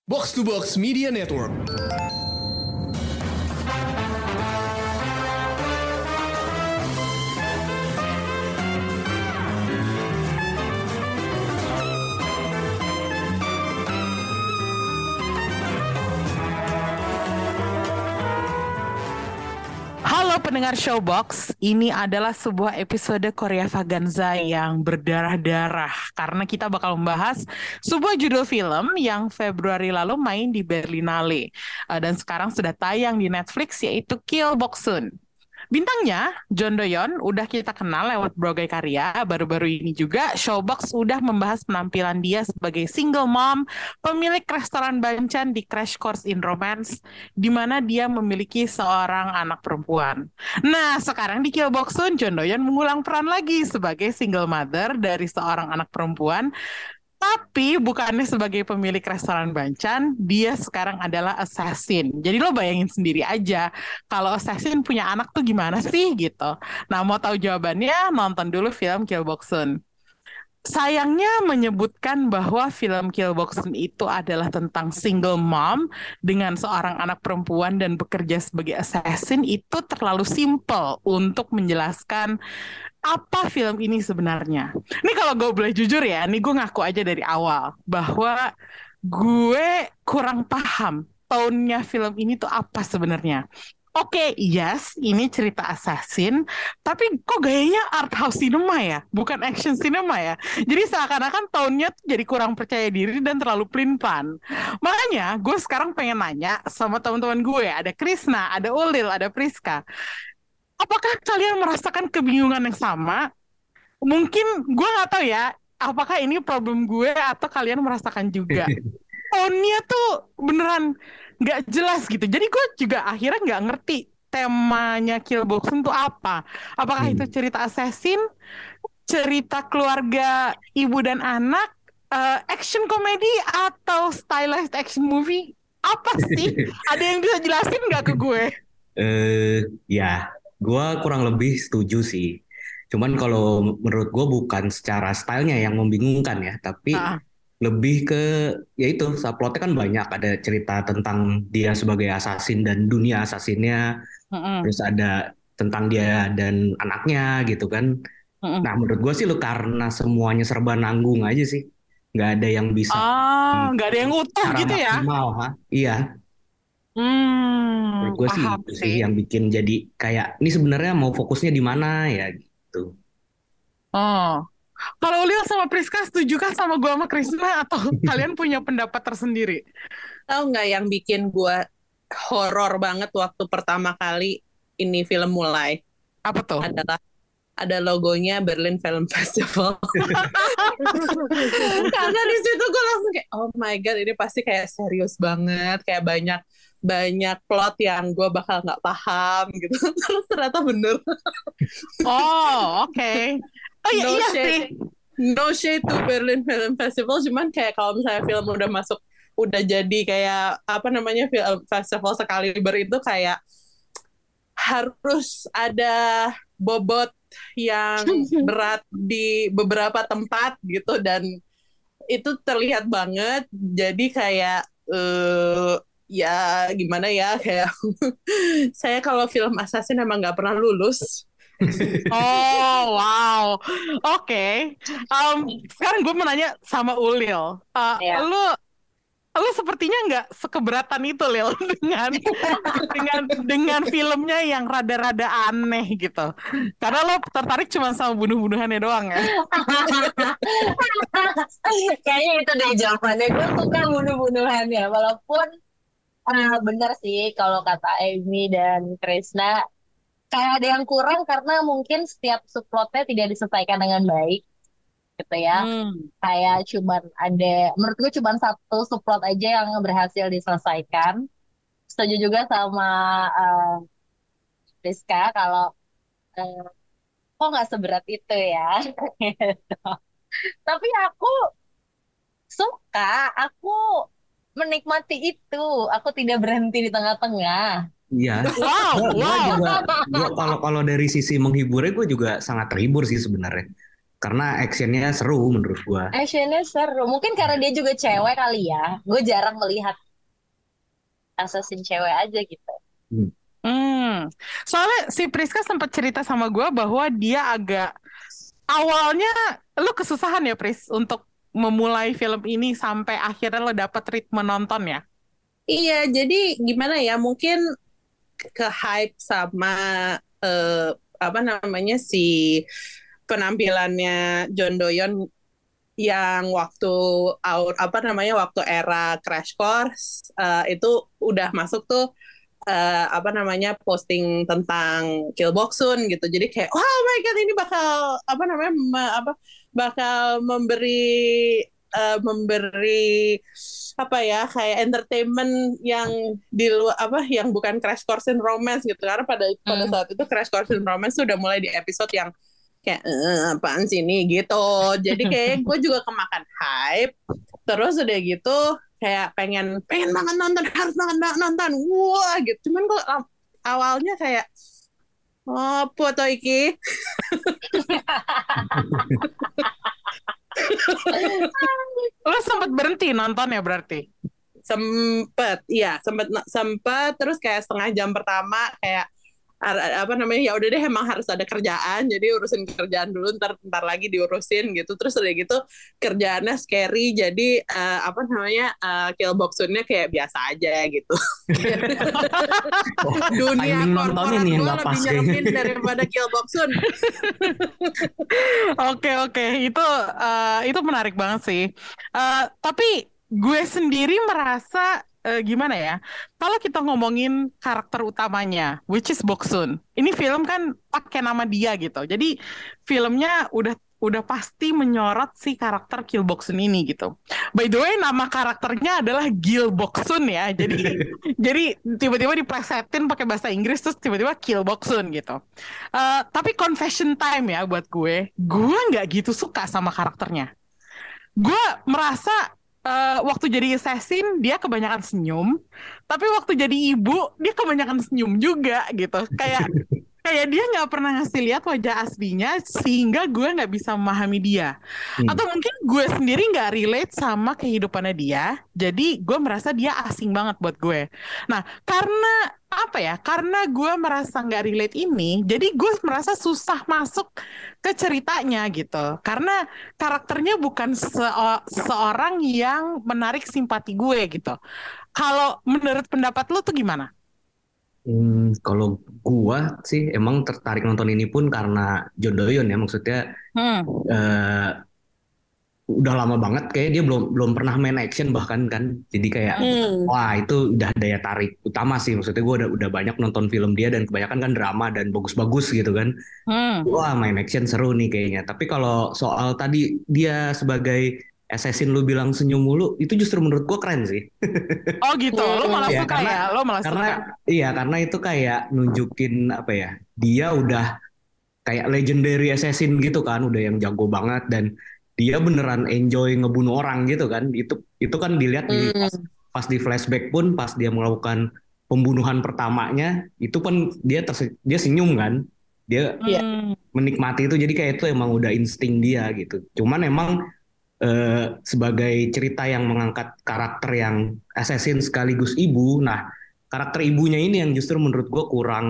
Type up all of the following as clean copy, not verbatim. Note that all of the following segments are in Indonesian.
Box to Box Media Network. Halo pendengar Showbox, ini adalah sebuah episode Korea Vaganza yang berdarah-darah karena kita bakal membahas sebuah judul film yang Februari lalu main di Berlinale dan sekarang sudah tayang di Netflix, yaitu Kill Boksun. Bintangnya John Do-yeon udah kita kenal lewat berbagai karya. Baru-baru ini juga Showbox udah membahas penampilan dia sebagai single mom, pemilik restoran Banchan di Crash Course in Romance, di mana dia memiliki seorang anak perempuan. Nah, sekarang di Kill Boksun, John Do-yeon mengulang peran lagi sebagai single mother dari seorang anak perempuan. Tapi bukannya sebagai pemilik restoran Banchan, dia sekarang adalah assassin. Jadi lo bayangin sendiri aja, kalau assassin punya anak tuh gimana sih gitu. Nah, mau tahu jawabannya, nonton dulu film Kill Boksun. Sayangnya menyebutkan bahwa film Kill Boksun itu adalah tentang single mom dengan seorang anak perempuan dan bekerja sebagai assassin itu terlalu simple untuk menjelaskan apa film ini sebenarnya. Ini kalau gue boleh jujur ya, ini gue ngaku aja dari awal bahwa gue kurang paham tone-nya film ini tuh apa sebenarnya. Oke, yes, ini cerita assassin, tapi kok gayanya art house cinema ya, bukan action cinema ya. Jadi seakan-akan tone-nya tuh jadi kurang percaya diri dan terlalu pelin-pelan. Makanya gue sekarang pengen nanya sama teman-teman gue, ada Krisna, ada Ulil, ada Priska. Apakah kalian merasakan kebingungan yang sama? Mungkin gue nggak tahu ya, apakah ini problem gue atau kalian merasakan juga. Tone-nya tuh beneran nggak jelas gitu. Jadi gue juga akhirnya nggak ngerti temanya Kill Boksun tuh apa. Apakah itu cerita assassin, cerita keluarga ibu dan anak, action komedi, atau stylized action movie? Apa sih? Ada yang bisa jelasin nggak ke gue? Ya, gue kurang lebih setuju sih. Cuman kalau menurut gue bukan secara stylenya yang membingungkan ya, tapi Nah, lebih ke, ya itu, subplotnya kan banyak. Ada cerita tentang dia sebagai assassin dan dunia assassinnya, mm-mm, terus ada tentang dia dan anaknya gitu kan. mm-mm. Nah, menurut gue sih lo karena semuanya serba nanggung aja sih. Nggak ada yang bisa Nggak ada yang utuh secara gitu ya? maksimal, ha? Iya. Menurut gue sih Paham itu sih sih. yang bikin jadi kayak ini sebenarnya mau fokusnya di mana ya gitu. Oh, kalau Ulil sama Priska setujukah sama gua sama Krisna atau kalian punya pendapat tersendiri? Tahu nggak yang bikin gue horor banget waktu pertama kali ini film mulai Apa tuh? adalah ada logonya Berlin Film Festival. Karena di situ gue langsung kayak oh my god, ini pasti kayak serius banget, kayak banyak banyak plot yang gue bakal nggak paham gitu. Terus ternyata bener. Oh, oke. Oh iya, No iya sih. shade, no shade to Berlin Film Festival, cuman kayak kalau misalnya film udah masuk, udah jadi kayak apa namanya film festival sekaliber itu kayak harus ada bobot yang berat di beberapa tempat gitu, dan itu terlihat banget. Jadi kayak ya gimana ya, kayak saya kalau film assassin emang nggak pernah lulus. Oh, wow. Oke. Sekarang gue mau nanya sama Ulil. Ya. Lu lu sepertinya nggak sekeberatan itu, Lil, dengan filmnya yang rada-rada aneh gitu. Karena lo tertarik cuma sama bunuh-bunuhannya doang ya. Kayaknya itu deh jawabannya. Gue suka bunuh-bunuhannya. Walaupun bener sih kalau kata Amy dan Krisna, kayak ada yang kurang karena mungkin setiap subplotnya tidak diselesaikan dengan baik gitu ya. Hmm. Kayak cuman ada, menurut gue cuman satu subplot aja yang berhasil diselesaikan. Setuju juga sama uh, Rizka kalau uh, kok nggak seberat itu ya. Gitu. Tapi aku suka, aku menikmati itu. Aku tidak berhenti di tengah-tengah. Iya. Wow, Gua wow. juga gua kalau kalau dari sisi menghiburnya gue juga sangat terhibur sih sebenarnya. karena actionnya seru menurut gua. Actionnya seru. Mungkin karena dia juga cewek kali ya. Gue jarang melihat assassin cewek aja gitu. Soalnya si Priska sempat cerita sama gue bahwa dia agak awalnya lu kesusahan ya Pris untuk memulai film ini sampai akhirnya lo dapet ritme nonton ya. Iya, jadi gimana ya? Mungkin ke hype sama apa namanya si penampilannya John Doyon yang waktu apa namanya waktu era Crash Course itu udah masuk tuh apa namanya posting tentang Kill Boksun gitu. Jadi kayak oh my god ini bakal apa namanya bakal memberi apa ya kayak entertainment yang di luar apa yang bukan Crash Course in Romance gitu, karena pada saat itu Crash Course in Romance sudah mulai di episode yang kayak apaan sih ini gitu. Jadi kayak gue juga kemakan hype, terus udah gitu kayak pengen banget nonton, harus banget nonton, wah gitu. Cuman kok awalnya kayak foto iki Lo sempet berhenti nonton ya berarti? sempet terus kayak setengah jam pertama kayak apa namanya ya udah deh emang harus ada kerjaan, jadi urusin kerjaan dulu, ntar lagi diurusin gitu. Terus udah gitu kerjaannya scary, jadi apa namanya Kill Boksunnya kayak biasa aja gitu. Dunia korporat gue lebih nyeremin daripada Kill Boksun. Oke, itu menarik banget sih. Tapi gue sendiri merasa gimana ya? Kalau kita ngomongin karakter utamanya, which is Boksun, ini film kan pakai nama dia gitu. Jadi filmnya udah pasti menyorot si karakter Kill Boksun ini gitu. By the way, nama karakternya adalah Gil Boksun ya. Jadi tiba-tiba diplesetin pakai bahasa Inggris terus tiba-tiba Kill Boksun gitu. Tapi confession time ya buat gue nggak gitu suka sama karakternya. Gue merasa waktu jadi assassin dia kebanyakan senyum, tapi waktu jadi ibu dia kebanyakan senyum juga gitu. Kayak dia nggak pernah ngasih lihat wajah aslinya sehingga gue nggak bisa memahami dia. Atau mungkin gue sendiri nggak relate sama kehidupannya dia, jadi gue merasa dia asing banget buat gue. Nah, karena gue merasa nggak relate ini, jadi gue merasa susah masuk ke ceritanya gitu. Karena karakternya bukan seorang yang menarik simpati gue gitu. Kalau menurut pendapat lo tuh gimana? Kalau gua sih emang tertarik nonton ini pun karena John Doyon ya, maksudnya eh, udah lama banget kayak dia belum pernah main action bahkan kan, jadi kayak wah itu udah daya tarik utama sih. Maksudnya gua udah banyak nonton film dia dan kebanyakan kan drama dan bagus-bagus gitu kan. Wah main action seru nih kayaknya. Tapi kalau soal tadi dia sebagai assassin lu bilang senyum mulu, itu justru menurut gua keren sih. Oh gitu, lo malah Ya, suka ya? Lo malah suka. Karena itu kayak nunjukin apa ya, dia udah kayak legendary assassin gitu kan, udah yang jago banget dan dia beneran enjoy ngebunuh orang gitu kan. Itu kan dilihat pas di flashback pun pas dia melakukan pembunuhan pertamanya, itu kan dia senyum kan. Dia menikmati itu, jadi kayak itu emang udah insting dia gitu. Cuman emang sebagai cerita yang mengangkat karakter yang assassin sekaligus ibu, nah karakter ibunya ini yang justru menurut gue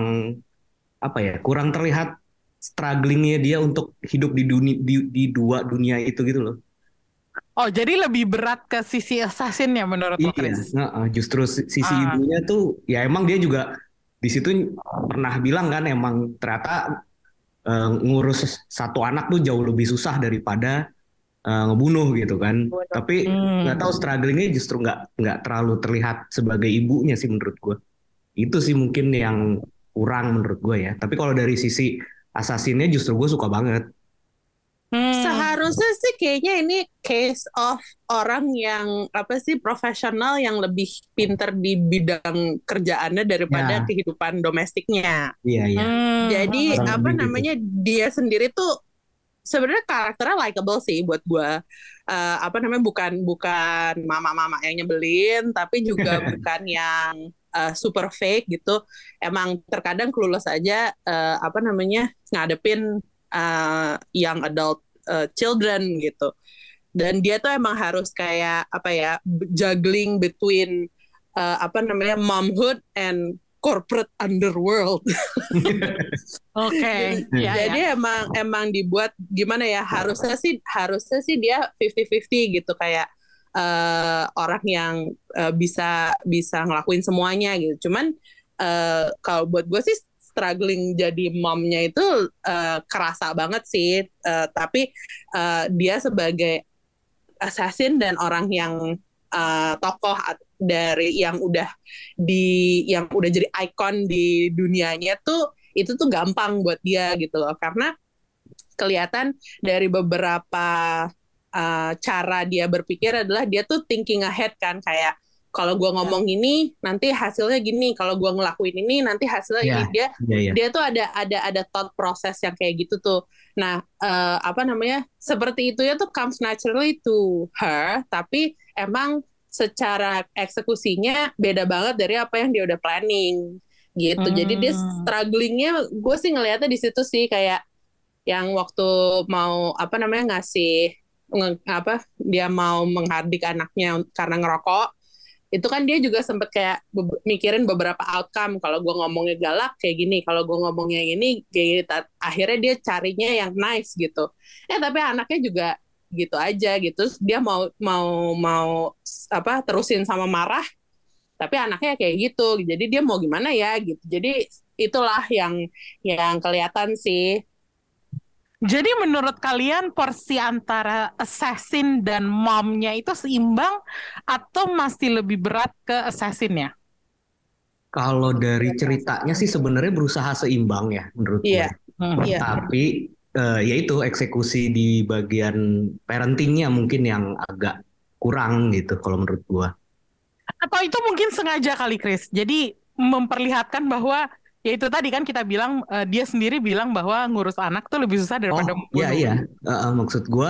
kurang terlihat strugglingnya dia untuk hidup di dua dunia itu gitu loh. Oh, jadi lebih berat ke sisi assassin ya menurut lo, Chris? Iya, justru sisi ibunya tuh ya emang dia juga di situ pernah bilang kan emang ternyata ngurus satu anak tuh jauh lebih susah daripada ngebunuh gitu kan. Tapi nggak tahu strugglingnya justru nggak terlalu terlihat sebagai ibunya sih menurut gue. Itu sih mungkin yang kurang menurut gue ya. Tapi kalau dari sisi assassinnya justru gue suka banget. Seharusnya sih kayaknya ini case of orang yang apa sih profesional yang lebih pinter di bidang kerjaannya daripada kehidupan domestiknya. Iya. Jadi apa namanya dia sendiri tuh sebenarnya karakternya likable sih buat gue. Apa namanya bukan mama-mama yang nyebelin, tapi juga bukan yang super fake gitu. Emang terkadang clueless aja apa namanya ngadepin young adult children gitu. Dan dia tuh emang harus kayak apa ya, juggling between momhood and corporate underworld. Oke. Jadi emang dibuat gimana ya, harusnya sih dia 50-50 gitu, kayak orang yang bisa ngelakuin semuanya gitu. Cuman kalau buat gue sih struggling jadi momnya itu kerasa banget sih. Tapi dia sebagai assassin dan orang yang tokoh dari yang udah jadi ikon di dunianya tuh, itu tuh gampang buat dia gitu loh, karena kelihatan dari beberapa cara dia berpikir adalah dia tuh thinking ahead kan, kayak kalau gue ngomong ini nanti hasilnya gini, kalau gue ngelakuin ini nanti hasilnya ini. Dia tuh ada thought process yang kayak gitu tuh. Nah, seperti itu ya tuh comes naturally to her, tapi emang secara eksekusinya beda banget dari apa yang dia udah planning gitu. Jadi dia strugglingnya, gue sih ngelihatnya di situ sih, kayak yang waktu mau dia mau menghardik anaknya karena ngerokok. Itu kan dia juga sempet kayak mikirin beberapa outcome. Kalau gue ngomongnya galak kayak gini, kalau gue ngomongnya gini kayak gini. Akhirnya dia carinya yang nice gitu. Tapi anaknya juga gitu aja gitu. Dia mau terusin sama marah, tapi anaknya kayak gitu. Jadi dia mau gimana ya gitu. Jadi itulah yang kelihatan sih. Jadi menurut kalian porsi antara assassin dan momnya itu seimbang atau masih lebih berat ke assassinnya? Kalau dari ceritanya sih sebenarnya berusaha seimbang ya menurut gue. Iya. Tapi yaitu eksekusi di bagian parentingnya mungkin yang agak kurang gitu kalau menurut gue. Atau itu mungkin sengaja kali, Chris. Jadi memperlihatkan bahwa ya itu tadi kan kita bilang, dia sendiri bilang bahwa ngurus anak tuh lebih susah daripada membunuh. Iya. Maksud gue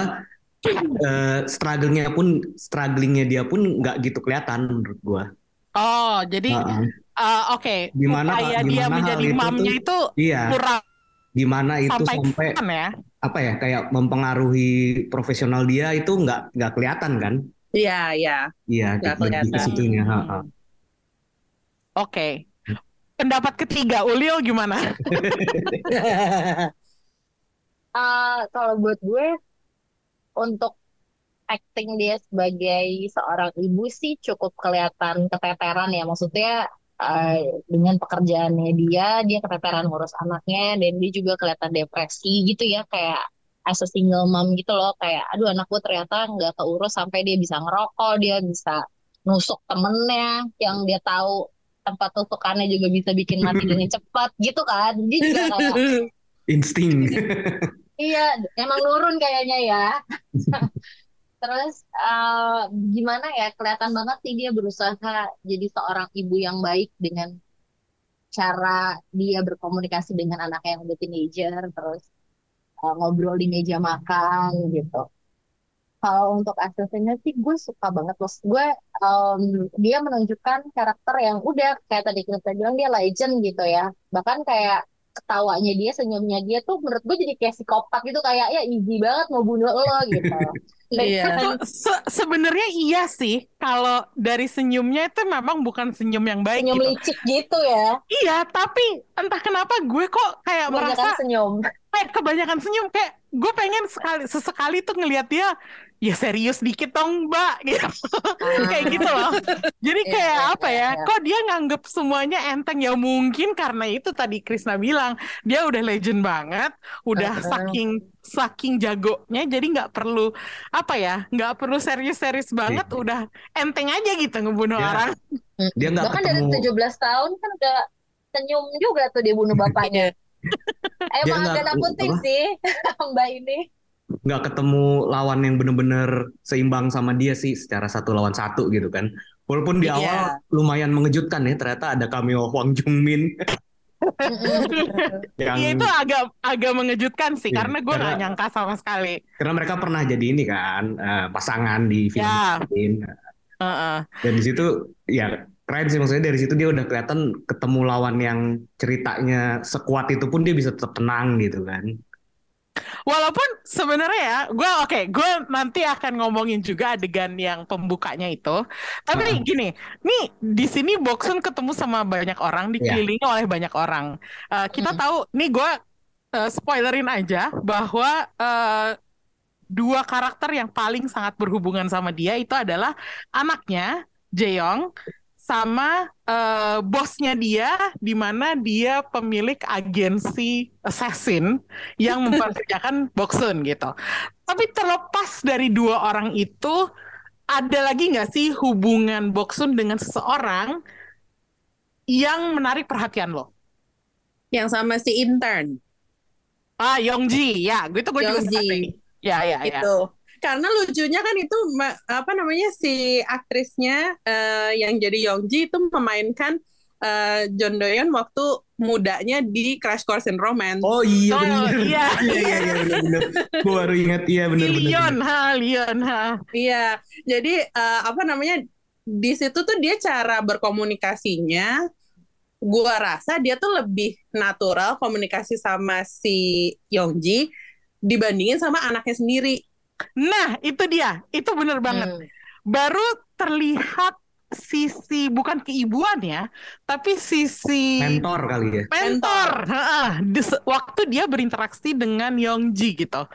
strugglingnya dia pun nggak gitu kelihatan menurut gue. Oh, jadi oke. Upaya dia menjadi mamnya itu kurang. Gimana itu sampai apa ya, kayak mempengaruhi profesional dia itu nggak kelihatan kan? Iya. Iya, lebih ke situnya. Oke. Pendapat ketiga, Ulil gimana? Kalau buat gue, untuk acting dia sebagai seorang ibu sih cukup kelihatan keteteran ya. Maksudnya dengan pekerjaannya dia keteteran ngurus anaknya, dan dia juga kelihatan depresi gitu ya, kayak as a single mom gitu loh. Kayak aduh, anak gue ternyata nggak keurus sampai dia bisa ngerokok, dia bisa nusuk temennya yang dia tahu tempat tusukannya juga bisa bikin mati dengan cepat gitu kan. Dia juga kayak insting. Iya, emang nurun kayaknya ya. Terus gimana ya, kelihatan banget sih dia berusaha jadi seorang ibu yang baik dengan cara dia berkomunikasi dengan anaknya yang udah teenager, terus ngobrol di meja makan gitu. Kalau untuk asesnya sih gue suka banget loh. Gue dia menunjukkan karakter yang udah kayak tadi kita bilang, dia legend gitu ya. Bahkan kayak ketawanya dia, senyumnya dia tuh menurut gue jadi kayak psikopat gitu, kayak ya easy banget mau bunuh lo gitu. Iya. Sebenarnya iya sih, kalau dari senyumnya itu memang bukan senyum yang baik Senyum gitu. licik gitu ya. Iya, tapi entah kenapa gue kok kayak merasa senyum. Kebanyakan senyum, kayak gue pengen sesekali tuh ngelihat dia, ya serius dikit dong mbak gitu. Kayak gitu loh. Jadi kayak apa ya, kok dia nganggep semuanya enteng. Ya mungkin karena itu tadi Krisna bilang, dia udah legend banget, udah saking jagonya, jadi nggak perlu nggak perlu serius-serius banget, udah enteng aja gitu ngebunuh orang. Dia nggak bahkan dari 17 tahun kan udah senyum juga tuh dia bunuh bapaknya. Emang agak nakutin sih mbak ini. Nggak ketemu lawan yang bener-bener seimbang sama dia sih secara 1-1 gitu kan. Walaupun di awal lumayan mengejutkan ya, ternyata ada cameo Hwang Jung-min. Iya, itu agak mengejutkan sih, karena gue nggak nyangka sama sekali. Karena mereka pernah jadi ini kan, pasangan di film lain. Dan di situ ya keren sih, maksudnya dari situ dia udah kelihatan ketemu lawan yang ceritanya sekuat itu pun dia bisa tetap tenang gitu kan. Walaupun sebenarnya ya, gue nanti akan ngomongin juga adegan yang pembukanya itu. Tapi Heeh. gini, nih di sini Boksun ketemu sama banyak orang, Iya. dikelilingi oleh banyak orang. Kita Hmm. tahu, nih gue spoilerin aja bahwa dua karakter yang paling sangat berhubungan sama dia itu adalah anaknya Jaeyoung sama bosnya dia, di mana dia pemilik agensi assassin yang memperkerjakan Boksun gitu. Tapi terlepas dari dua orang itu, ada lagi nggak sih hubungan Boksun dengan seseorang yang menarik perhatian lo? Yang sama si intern, Yongji, ya, gue juga suka sih. Yongji. Ya. Itu. Karena lucunya kan itu apa namanya si aktrisnya yang jadi Yongji itu memainkan John Doyon waktu mudanya di Crash Course in Romance. Oh iya Oh, benar. iya. Iya benar. Gue baru ingat, iya benar. Leon, ha. Iya, jadi apa namanya di situ tuh dia cara berkomunikasinya, gua rasa dia tuh lebih natural komunikasi sama si Yongji dibandingin sama anaknya sendiri. Nah, itu dia. Itu bener banget. Hmm. Baru terlihat sisi, bukan keibuan ya, tapi sisi Mentor kali ya. mentor. Waktu dia berinteraksi dengan Yongji gitu.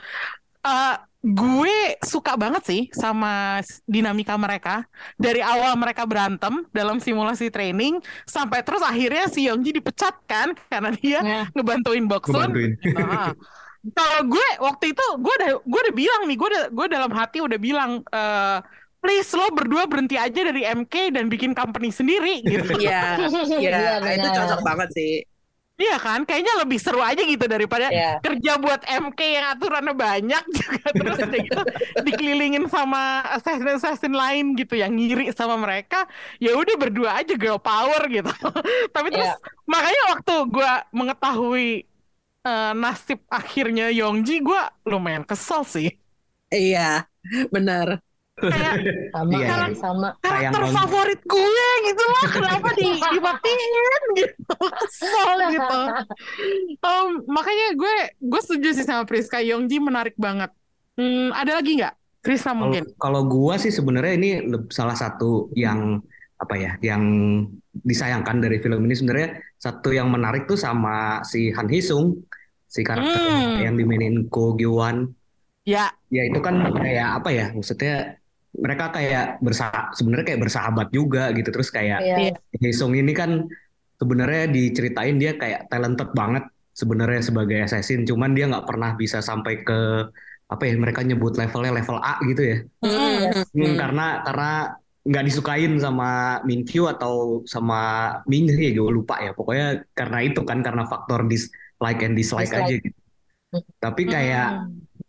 Gue suka banget sih sama dinamika mereka. Dari awal mereka berantem dalam simulasi training, sampai terus akhirnya si Yongji dipecat kan, karena dia Nah, ngebantuin Boksun. Ngebantuin. Ah. Kalau gue waktu itu gue udah bilang nih, gue dalam hati udah bilang, please lo berdua berhenti aja dari MK dan bikin company sendiri gitu. Iya, Iya, itu benar. cocok banget sih. Iya kan, kayaknya lebih seru aja gitu daripada Iya. kerja buat MK yang aturannya banyak juga, terus udah gitu dikelilingin sama assassin lain gitu yang ngiri sama mereka. Ya udah berdua aja girl power gitu. Tapi terus Iya. makanya waktu gue mengetahui nasib akhirnya Yongji, gue lumayan kesel sih. Iya, benar. Kayak Sama Iya, sih, sama. Sayang karakter banget. favorit gue gitu loh, kenapa dimatiin gitu. Kesel gitu. Makanya gue setuju sih sama Priska, Yongji menarik banget. Ada lagi nggak? Krisna mungkin. Kalau gua sih sebenarnya ini salah satu yang apa ya, yang disayangkan dari film ini sebenarnya satu yang menarik tuh sama si Han Hee-sung, si karakter yang dimainin Ko Gyo-wan. Ya, Ya itu kan kayak apa ya, maksudnya mereka kayak sebenarnya kayak bersahabat juga gitu. Terus kayak Iya. Hee-sung ini kan sebenarnya diceritain dia kayak talented banget sebenarnya sebagai assassin, cuman dia nggak pernah bisa sampai ke apa ya, mereka nyebut levelnya level A gitu ya. Karena nggak disukain sama Minkyu atau sama Ming ya, gue lupa ya. Pokoknya karena itu kan, karena faktor dislike and dislike aja Dislike. gitu. Tapi kayak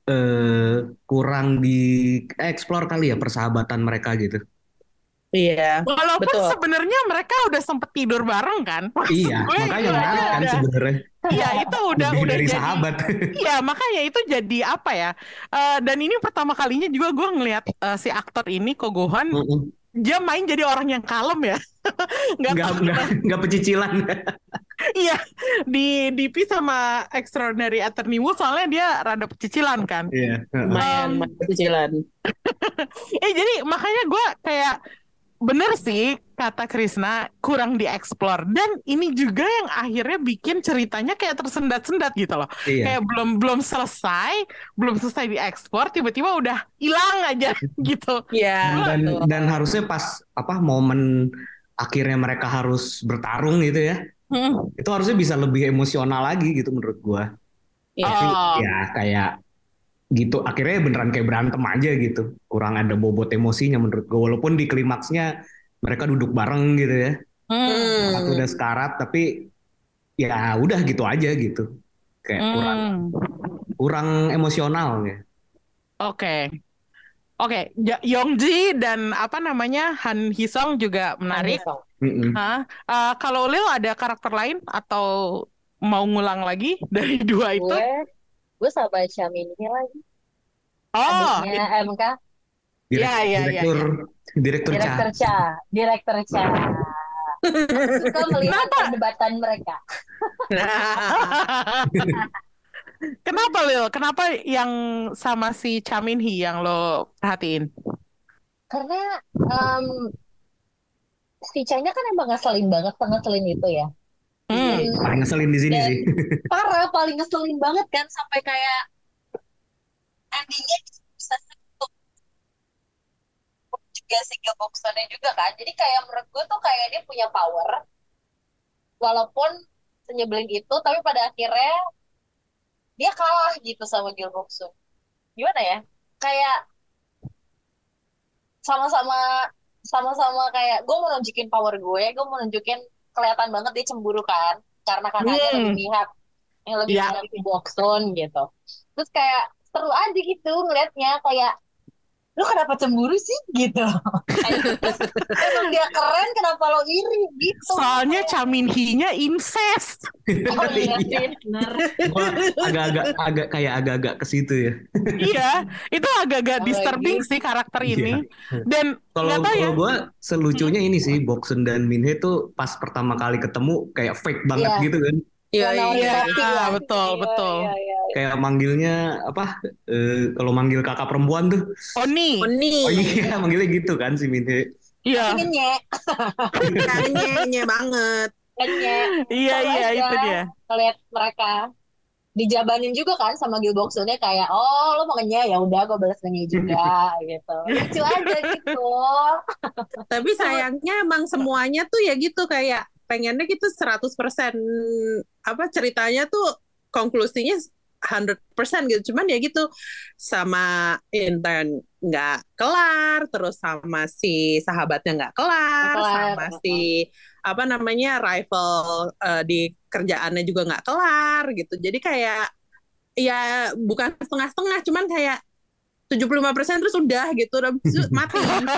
kurang di explore kali ya persahabatan mereka gitu. Iya, walaupun betul. sebenarnya mereka udah sempet tidur bareng kan. Maksud Iya, gue makanya itu menarik aja kan udah. sebenarnya. Iya, itu udah Lebih dari jadi sahabat. Iya, makanya itu jadi apa ya? Dan ini pertama kalinya juga gue ngelihat si aktor ini Ko Go-han, Mm-mm. dia main jadi orang yang kalem ya. Nggak tahu Nggak pecicilan. Iya, di Pi sama Extraordinary Attorney Woo, soalnya dia rada pecicilan kan. Iya. Lumayan kecilan. Jadi makanya gue kayak bener sih kata Krisna, kurang dieksplor. Dan ini juga yang akhirnya bikin ceritanya kayak tersendat-sendat gitu loh. Iya. Kayak belum selesai diekspor, tiba-tiba udah hilang aja gitu. Iya, betul. Dan harusnya pas momen akhirnya mereka harus bertarung gitu ya, itu harusnya bisa lebih emosional lagi gitu menurut gua. Iya. Tapi ya kayak gitu akhirnya beneran kayak berantem aja gitu, kurang ada bobot emosinya menurut gua, walaupun di klimaksnya mereka duduk bareng gitu ya, satu udah sekarat, tapi ya udah gitu aja gitu, kayak kurang emosional ya. Oke, Yongji dan apa namanya Han Hee-sung juga menarik. Mm-mm. Kalau Leo ada karakter lain atau mau ngulang lagi dari dua itu? Gue sama Chamini lagi. Oh, Adiknya MK. Direktur Cha. Suka melihat perdebatan mereka. Kenapa Lil? Kenapa yang sama si Cha Min Hee yang lo perhatiin? Karena si Chanya kan emang ngeselin banget, ngeselin itu ya. Hmm. Paling ngeselin di sini Dan sih. parah, paling ngeselin banget kan sampai kayak endingnya bisa tutup juga si Gilboxonnya juga kan. Jadi kayak menurut gue tuh kayak dia punya power, walaupun senyebelin itu, tapi pada akhirnya dia kalah gitu sama Gilboxon. Gimana ya? Kayak sama-sama sama-sama kayak gue mau nunjukin power gue mau nunjukin kelihatan banget dia cemburu kan karena kakaknya lebih mihak Ya. ke Boxon gitu. Terus kayak seru aja gitu ngelihatnya kayak lu kenapa cemburu sih gitu. Emang dia keren kenapa lo iri gitu. Soalnya Cha Min Hee-nya incest. Oh iya sih. Benar. Gua agak-agak ke situ ya. Iya, itu agak-agak Apalagi- disturbing sih karakter Iya. ini. Dan Kalau nggak tahu ya. gue selucunya ini sih Boxen dan Minhe tuh pas pertama kali ketemu kayak fake banget Iya. gitu kan. Iya, Yang nawarin iya. roti lah. betul, Iya, betul. iya, iya. Kayak manggilnya apa? Kalau manggil kakak perempuan tuh, Oni. Oni. oh iya manggilnya gitu kan si Minhe. Iya. Tapi nyek, Kayaknya banget. nyek. Iya, Seru iya, aja itu dia. Ngeliat mereka dijabanin juga kan sama Gilboxonnya kayak oh lo mau ngenyek ya udah gue balas ngenyek juga gitu. Lucu aja gitu. Tapi sayangnya emang semuanya tuh ya gitu kayak pengennya gitu 100% apa ceritanya tuh konklusinya 100% gitu. Cuman ya gitu sama intern nggak kelar, terus sama si sahabatnya nggak kelar, Nggak kelar. sama si apa namanya rival di kerjaannya juga nggak kelar gitu. Jadi kayak ya bukan setengah-setengah, cuman kayak 75% terus udah gitu, udah mati.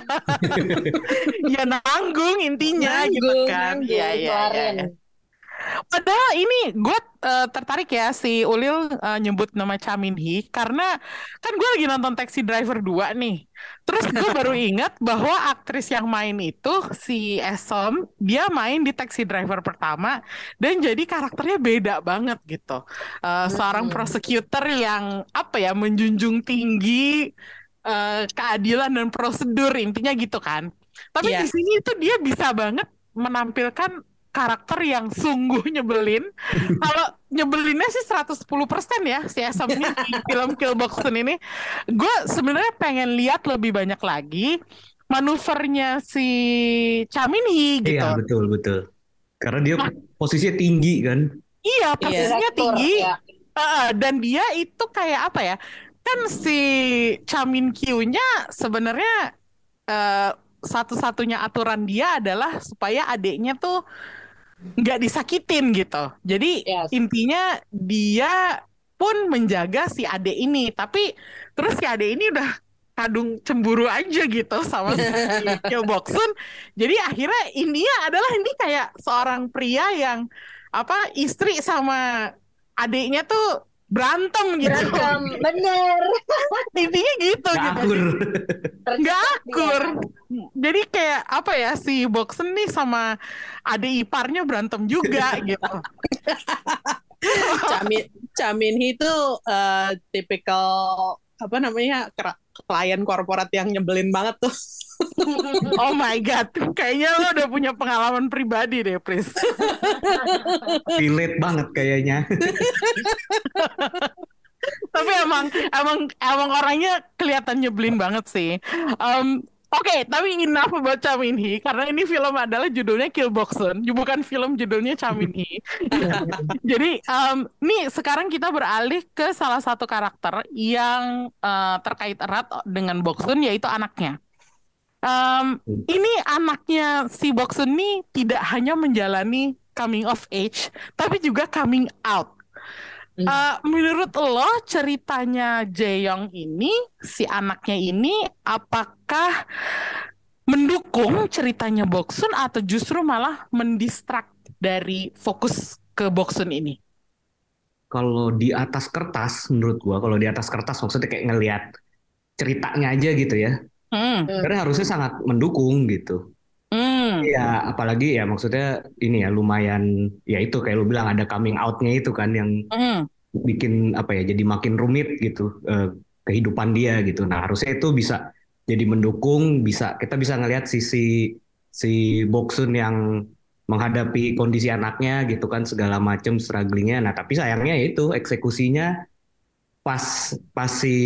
Ya nanggung intinya gitu kan. Nanggung, Iya, iya, iya. Keluarin. Iya. Padahal ini gue tertarik ya si Ulil nyebut nama Cha Min Hee karena kan gue lagi nonton Taxi Driver 2 nih. Terus gue baru ingat bahwa aktris yang main itu si Esom, dia main di Taxi Driver pertama dan jadi karakternya beda banget gitu. Seorang prosecutor yang apa ya menjunjung tinggi keadilan dan prosedur intinya gitu kan. Tapi Iya. di sini tuh dia bisa banget menampilkan karakter yang sungguh nyebelin. Kalau nyebelinnya sih 110% ya si Esamnya di film Kill Boxen ini. Gue sebenarnya pengen lihat lebih banyak lagi manuvernya si Cha Min Hee gitu. Iya betul. Karena dia posisinya tinggi kan. Iya, posisinya Direktur, tinggi. ya. Dan dia itu kayak apa ya? Kan si Cha Min Kyu-nya sebenarnya satu-satunya aturan dia adalah supaya adiknya tuh nggak disakitin gitu. Jadi Yes. intinya dia pun menjaga si adik ini, tapi terus si adik ini udah kadung cemburu aja gitu sama si Kyo Boksun. Jadi akhirnya India adalah ini kayak seorang pria yang apa istri sama adiknya tuh berantem gitu. Berantem, bener. Intinya gitu Gak gitu. akur. Nggak akur. Jadi kayak apa ya si Boksen nih sama adik iparnya berantem juga gitu. Cha Min Hee itu tipikal apa namanya klien korporat yang nyebelin banget tuh. Oh my god, kayaknya lo udah punya pengalaman pribadi deh, Pris. Relate banget kayaknya. Tapi emang orangnya kelihatan nyebelin banget sih. Oke, tapi enough about Cha Min Hee karena ini film adalah judulnya Kill Boxen, bukan film judulnya Cha Min Hee. Jadi, nih sekarang kita beralih ke salah satu karakter yang terkait erat dengan Boxen yaitu anaknya. Ini anaknya si Boksun nih tidak hanya menjalani coming of age, tapi juga coming out. Menurut lo ceritanya Jae-young ini, si anaknya ini, apakah mendukung ceritanya Boksun atau justru malah mendistract dari fokus ke Boksun ini? Kalau di atas kertas, menurut gua, kalau di atas kertas maksudnya kayak ngelihat ceritanya aja gitu ya. Karena harusnya sangat mendukung gitu. Ya apalagi ya maksudnya ini ya lumayan ya itu kayak lu bilang ada coming out-nya itu kan yang bikin apa ya, jadi makin rumit gitu kehidupan dia gitu. Nah harusnya itu bisa jadi mendukung, kita bisa ngelihat sisi si Boksun yang menghadapi kondisi anaknya gitu kan, segala macam strugglingnya. Nah tapi sayangnya itu eksekusinya pas pas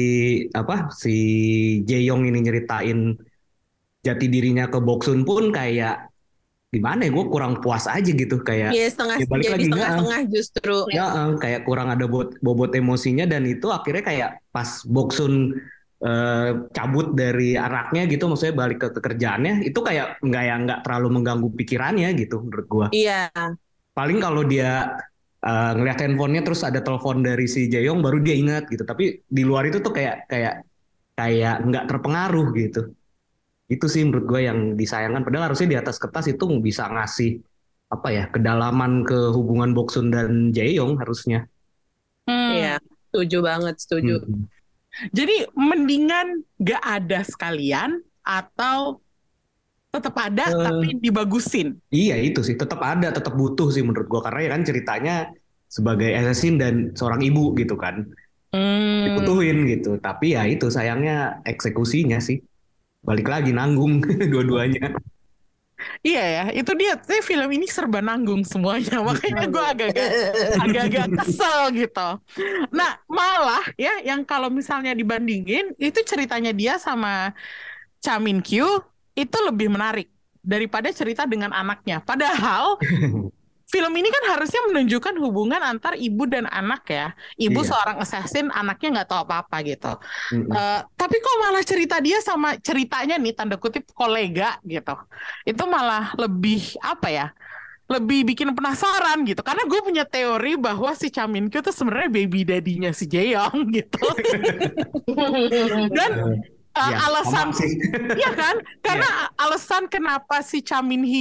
si Jaeyong ini nyeritain jati dirinya ke Boksun pun kayak gimana ya, gue kurang puas aja gitu, kayak Iya, ya balik jadi lagi setengah-setengah justru. kayak kurang ada bobot emosinya, dan itu akhirnya kayak pas Boksun cabut dari anaknya gitu, maksudnya balik ke pekerjaannya, itu kayak nggak terlalu mengganggu pikirannya gitu menurut gue. Iya, Paling kalau dia ngeliat handphonenya terus ada telepon dari si Jaeyong baru dia ingat gitu, tapi di luar itu tuh kayak nggak terpengaruh gitu. Itu sih menurut gue yang disayangkan. Padahal harusnya di atas kertas itu bisa ngasih apa ya, kedalaman ke hubungan Boksun dan Jaeyong harusnya. iya, setuju banget, setuju. Jadi mendingan gak ada sekalian atau tetap ada tapi dibagusin. Iya itu sih, tetap ada, tetap butuh sih menurut gue, karena ya kan ceritanya sebagai assassin dan seorang ibu gitu kan, dibutuhin gitu. Tapi ya itu sayangnya eksekusinya sih, balik lagi nanggung dua-duanya. Iya ya, itu dia. Film ini serba nanggung semuanya, makanya gue agak-agak kesel gitu. Nah, malah ya, yang kalau misalnya dibandingin, itu ceritanya dia sama Cha Min Kyu itu lebih menarik daripada cerita dengan anaknya. Padahal film ini kan harusnya menunjukkan hubungan antar ibu dan anak ya. Ibu Iya. seorang assassin, anaknya nggak tahu apa-apa gitu. Tapi kok malah cerita dia sama ceritanya nih, tanda kutip kolega gitu. Itu malah lebih apa ya? Lebih bikin penasaran gitu. Karena gue punya teori bahwa si Cha Min Kyu tuh sebenarnya baby daddy-nya si Jaeyoung gitu. Dan Ya, alasan sama sih. iya kan? Karena alasan kenapa si Cha Min Hee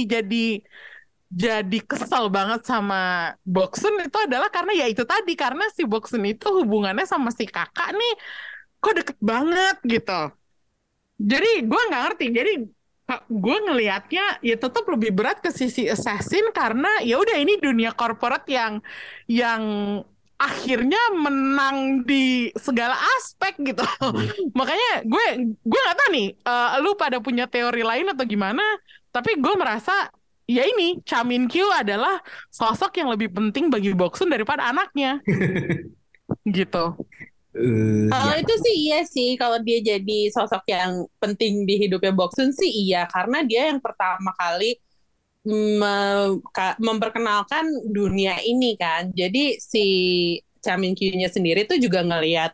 jadi kesel banget sama Boksun itu adalah karena ya itu tadi, karena si Boksun itu hubungannya sama si kakak nih kok deket banget gitu. Jadi gue nggak ngerti. Jadi gue ngelihatnya ya tetap lebih berat ke sisi assassin, karena ya udah ini dunia corporate yang akhirnya menang di segala aspek gitu. Makanya gue nggak tahu nih, lu pada punya teori lain atau gimana? Tapi gue merasa ya ini Cha Min Kyu adalah sosok yang lebih penting bagi Boksun daripada anaknya, gitu. Kalau Ya. itu sih iya sih, kalau dia jadi sosok yang penting di hidupnya Boksun sih iya, karena dia yang pertama kali memperkenalkan dunia ini kan. Jadi si Cha Min Kyu-nya sendiri tuh juga ngelihat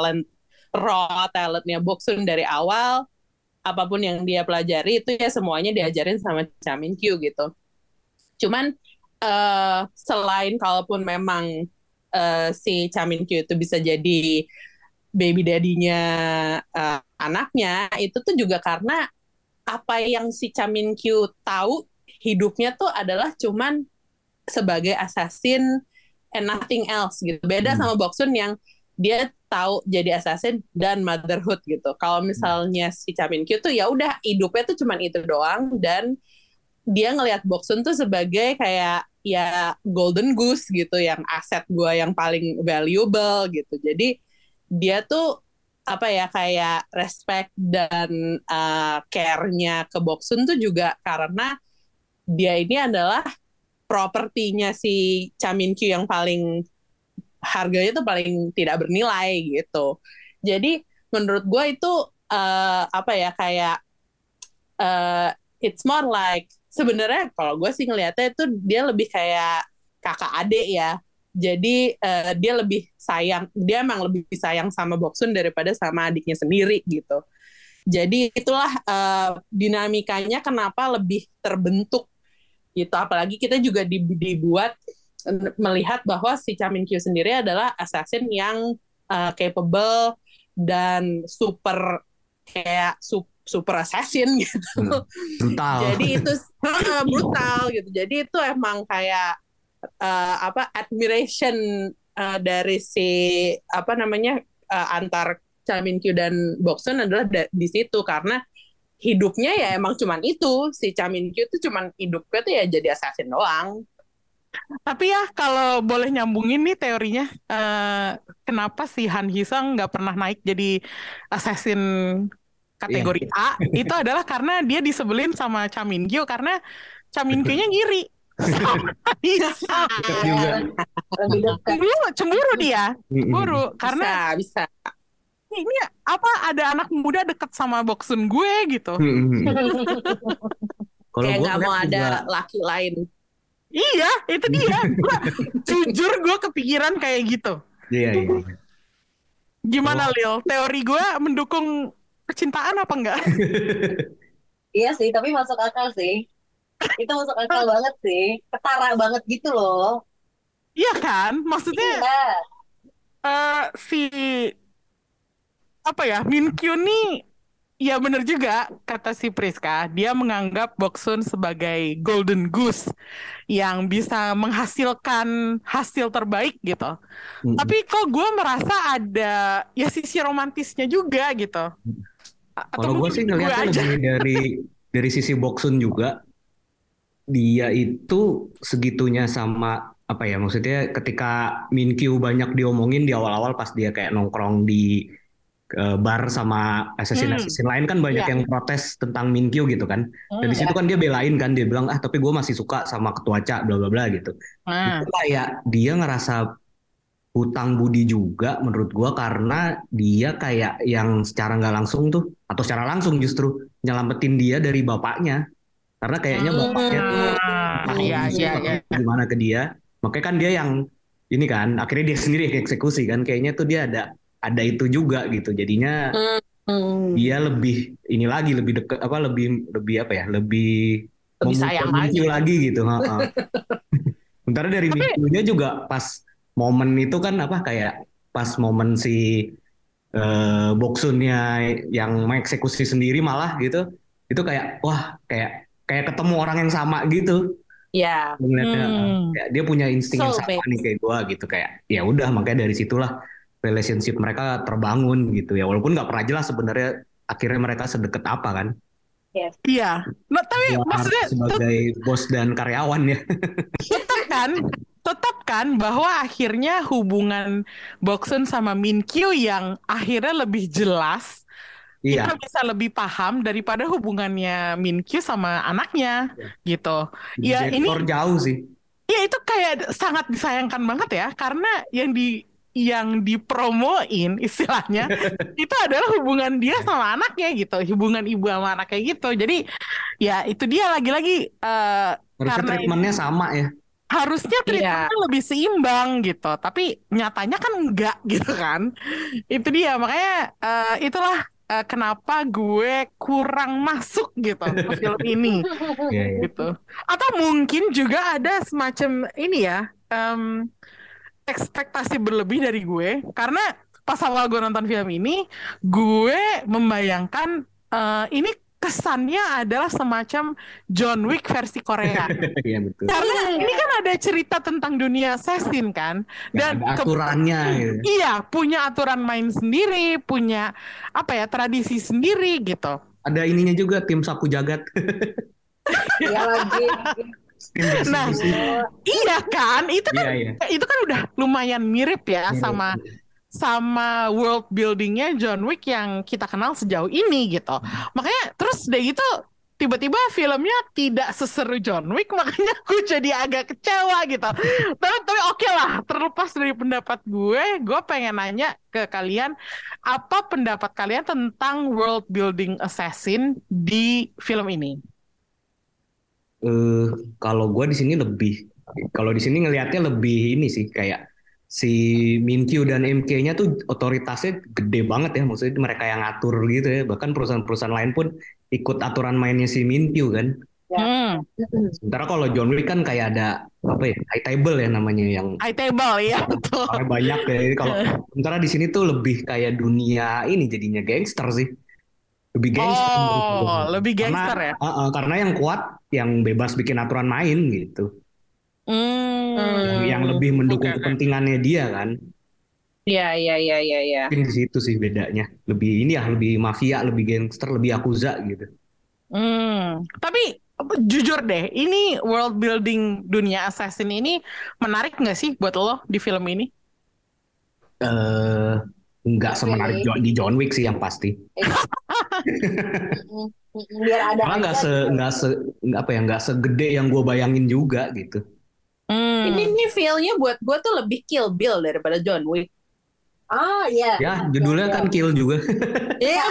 raw talentnya Boksun dari awal. Apapun yang dia pelajari itu ya semuanya diajarin sama Cha Min Kyu gitu. Cuman selain kalaupun memang si Cha Min Kyu itu bisa jadi baby daddy-nya anaknya, itu tuh juga karena apa yang si Cha Min Kyu tahu hidupnya tuh adalah cuman sebagai assassin and nothing else gitu. Beda sama Boksun yang dia tahu jadi assassin dan motherhood gitu. Kalau misalnya si Cha Min Kyu tuh ya udah hidupnya tuh cuman itu doang, dan dia ngelihat Boksun tuh sebagai kayak ya golden goose gitu, yang aset gue yang paling valuable gitu. Jadi dia tuh apa ya, kayak respect dan care-nya ke Boksun tuh juga karena dia ini adalah propertinya si Cha Min Kyu yang paling harganya tuh paling tidak bernilai gitu. Jadi menurut gue itu apa ya, kayak it's more like, sebenarnya kalau gue sih ngelihatnya itu dia lebih kayak kakak adik ya. Jadi dia lebih sayang, dia emang lebih sayang sama Boksun daripada sama adiknya sendiri gitu. Jadi itulah dinamikanya kenapa lebih terbentuk gitu. Apalagi kita juga dibuat melihat bahwa si Cha Min Kyu sendiri adalah assassin yang capable dan super kayak super assassin gitu. Brutal. Jadi itu brutal gitu. Jadi itu emang kayak admiration dari si apa namanya antar Cha Min Kyu dan Boksun adalah di situ, karena hidupnya ya emang cuman itu, si Cha Min Kyu tuh cuman hidupnya tuh ya jadi assassin doang. Tapi ya kalau boleh nyambungin nih teorinya, kenapa si Han Hee-sung nggak pernah naik jadi assassin Iya, kategori A? Itu adalah karena dia disebelin sama Cha Min-kyu karena Cha Min-kyu-nya ngiri sama Han Hee-sung. dekat juga. Lebih dekat. Cemburu dia, cemburu karena Bisa. ini apa ada anak muda deket sama Boksun gue gitu. Kalau Kayak gue nggak mau ngeliat ada juga, laki lain. Iya, itu dia. Jujur gue kepikiran kayak gitu. iya. Gimana Kalau Lil? Teori gue mendukung percintaan apa enggak? Iya sih, tapi masuk akal sih. Itu masuk akal banget sih. Ketara banget gitu loh. Iya kan? Maksudnya Iya. si apa ya? Min Kyu nih ya bener juga kata si Priska. Dia menganggap Boksun sebagai golden goose yang bisa menghasilkan hasil terbaik gitu. Tapi kok gue merasa ada ya sisi romantisnya juga gitu. Atau kalau gue mungkin sih gue ngelihatnya aja. lebih dari sisi Boksun juga, dia itu segitunya sama apa ya, maksudnya ketika Min Kyu banyak diomongin di awal-awal pas dia kayak nongkrong di bar sama Hmm, assassin lain kan banyak ya. yang protes tentang Min Kyu gitu kan. Dan di situ Ya. kan dia belain kan, dia bilang tapi gue masih suka sama ketua Ca bla bla bla gitu. Nah, Itu kayak dia ngerasa hutang budi juga menurut gue, karena dia kayak yang secara nggak langsung tuh atau secara langsung justru nyelamatin dia dari bapaknya, karena kayaknya bapaknya tuh iya, tahu iya, sesuatu iya. gimana ke dia, makanya kan dia yang ini kan akhirnya dia sendiri yang eksekusi kan, kayaknya tuh dia ada itu juga gitu, jadinya Hmm. dia lebih ini lagi, lebih deket apa, lebih lebih apa ya, lebih Lebih memuja sayang Min Kyu lagi. lagi gitu. Sementara dari Min Tapi Kyu-nya juga pas momen itu kan apa, kayak pas momen si Boksunnya yang mengeksekusi sendiri malah gitu, itu kayak wah, kayak kayak ketemu orang yang sama gitu Ya, ngeliatnya. hmm, Kayak dia punya insting yang sama nih soulmate. kayak gua gitu, kayak ya udah, makanya dari situlah relationship mereka terbangun gitu ya, walaupun nggak pernah jelas sebenarnya akhirnya mereka sedekat apa kan, Yes. iya. Nah, tapi luar maksudnya sebagai bos dan karyawan ya. kan, tetap kan bahwa akhirnya hubungan Boksun sama Min Kyu yang akhirnya lebih jelas, kita Iya, bisa lebih paham daripada hubungannya Min Kyu sama anaknya gitu. Ya direktor ini jauh sih. ya itu kayak sangat disayangkan banget ya karena yang dipromoin istilahnya itu adalah hubungan dia sama anaknya gitu, hubungan ibu sama anaknya gitu. Jadi ya itu dia lagi-lagi Harusnya karena treatmentnya sama ya. harusnya Iya. treatmentnya lebih seimbang gitu, tapi nyatanya kan enggak gitu kan. Itu dia makanya itulah kenapa gue kurang masuk gitu ke film ini Iya, iya. gitu. Atau mungkin juga ada semacam ini ya, ekspektasi berlebih dari gue karena pas awal gue nonton film ini gue membayangkan ini kesannya adalah semacam John Wick versi Korea. Iya betul. Karena ini kan ada cerita tentang dunia assassin kan, Nggak dan ada aturannya gitu. iya punya aturan main sendiri, punya apa ya tradisi sendiri gitu. Ada ininya juga, tim sapu jagat. Iya lagi. Tim Nah, bersih-bersih. iya kan, Iya, iya. itu kan udah lumayan mirip ya Iya, sama iya. sama world buildingnya John Wick yang kita kenal sejauh ini gitu. Makanya terus deh gitu tiba-tiba filmnya tidak seseru John Wick, makanya gue jadi agak kecewa gitu. Tapi oke lah, terlepas dari pendapat gue pengen nanya ke kalian, apa pendapat kalian tentang world building assassin di film ini? Eh, kalau gue di sini lebih, kalau di sini ngelihatnya lebih ini sih, kayak si Min Kyu dan MK-nya tuh otoritasnya gede banget ya, maksudnya mereka yang ngatur gitu ya, bahkan perusahaan-perusahaan lain pun ikut aturan mainnya si Min Kyu kan. Hmm, Sementara kalau John Wick kan kayak ada apa ya, high table ya namanya, yang high table ya betul. orangnya banyak ya. Jadi kalau sementara di sini tuh lebih kayak dunia ini jadinya gangster sih. Lebih gangster menurut gue. Oh, lebih gangster ya? Karena yang kuat yang bebas bikin aturan main gitu. Yang lebih mendukung Oke, oke. kepentingannya dia kan. Iya. Mungkin di situ sih bedanya. Lebih ini ya, lebih mafia, lebih gangster, lebih yakuza gitu. Tapi jujur deh, ini world building dunia assassin ini menarik nggak sih buat lo di film ini? eh nggak semenarik Really? di John Wick sih yang pasti. Biar ada Karena nggak aja se gitu. nggak se nggak apa ya nggak segede yang gue bayangin juga gitu. Ini feel-nya buat gue tuh lebih Kill Bill daripada John Wick. Ah iya. Ya judulnya kan Kill juga. Iya.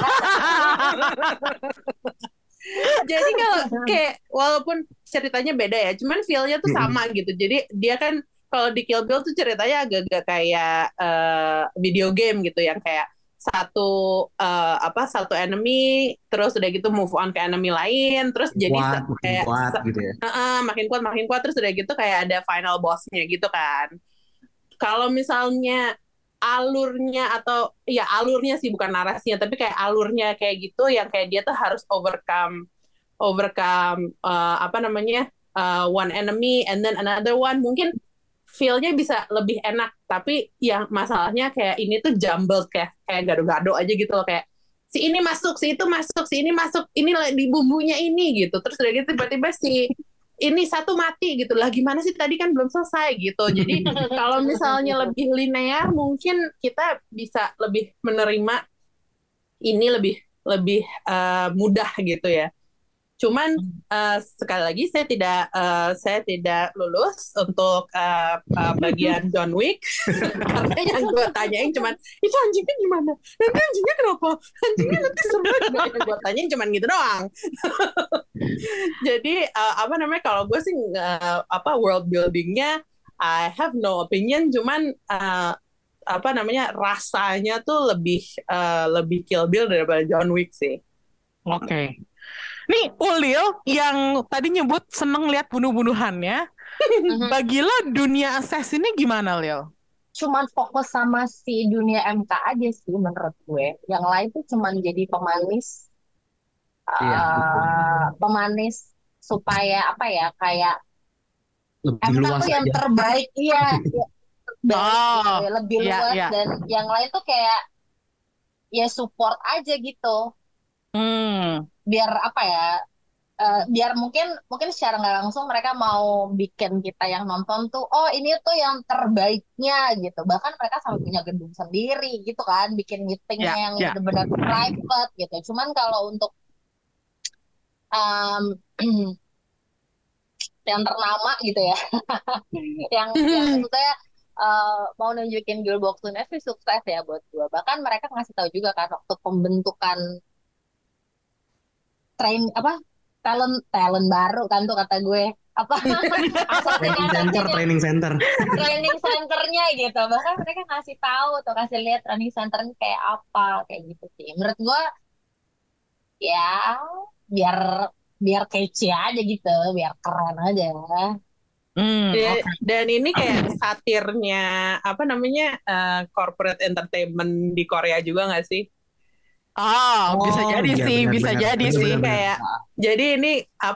Jadi kalau kayak walaupun ceritanya beda ya, cuman feel-nya tuh sama gitu. Jadi dia kan kalau di Kill Bill tuh ceritanya agak-agak kayak video game gitu yang kayak satu enemy terus udah gitu move on ke enemy lain terus jadi Makin kayak kuat gitu ya. makin kuat terus udah gitu kayak ada final bossnya gitu kan. Kalau misalnya alurnya sih bukan narasinya tapi kayak alurnya kayak gitu yang kayak dia tuh harus overcome one enemy and then another one, mungkin feel-nya bisa lebih enak. Tapi yang masalahnya kayak ini tuh jumbled kayak gado-gado aja gitu loh, kayak si ini masuk, si itu masuk, si ini masuk, ini di bumbunya ini gitu. Terus udah gitu tiba-tiba si ini satu mati gitu lah, gimana sih tadi kan belum selesai gitu. Jadi kalau misalnya lebih linear mungkin kita bisa lebih menerima ini lebih mudah gitu ya. Cuman sekali lagi saya tidak lulus untuk bagian John Wick karena yang gue tanyain cuman itu anjingnya gimana, nanti anjingnya kenapa, anjingnya nanti sebenarnya yang gue tanyain cuman gitu doang. Jadi kalau gue sih world buildingnya I have no opinion, cuman rasanya tuh lebih Kill Bill daripada John Wick sih. Oke. Nih Ulil yang tadi nyebut seneng lihat bunuh-bunuhannya, bagi lo dunia assassinnya gimana Lil? Cuman fokus sama si dunia MK aja sih menurut gue. Yang lain tuh cuman jadi pemanis, Iya, pemanis supaya apa ya, kayak lebih MK luas tuh yang aja. terbaik, iya, Oh, lebih iya, luas iya. dan yang lain tuh kayak ya support aja gitu. Biar apa ya? Biar mungkin secara nggak langsung mereka mau bikin kita yang nonton tuh, oh ini tuh yang terbaiknya gitu. Bahkan mereka sampai punya gedung sendiri gitu kan, bikin meetingnya yang Ya. benar-benar private gitu. Cuman kalau untuk um, yang ternama gitu ya, yang maksudnya mau nunjukin Girl Box Tunes sih sukses ya buat gua. Bahkan mereka ngasih tahu juga kan waktu pembentukan talent baru kan tuh kata gue apa Training center. training centernya gitu, bahkan mereka ngasih tahu tuh, kasih lihat training centernya kayak apa, kayak gitu sih menurut gue ya, biar kece aja gitu, biar keren aja. Dan ini kayak satirnya corporate entertainment di Korea juga nggak sih? Bisa jadi iya, sih, benar, bisa benar, jadi benar, sih. benar. Kayak jadi ini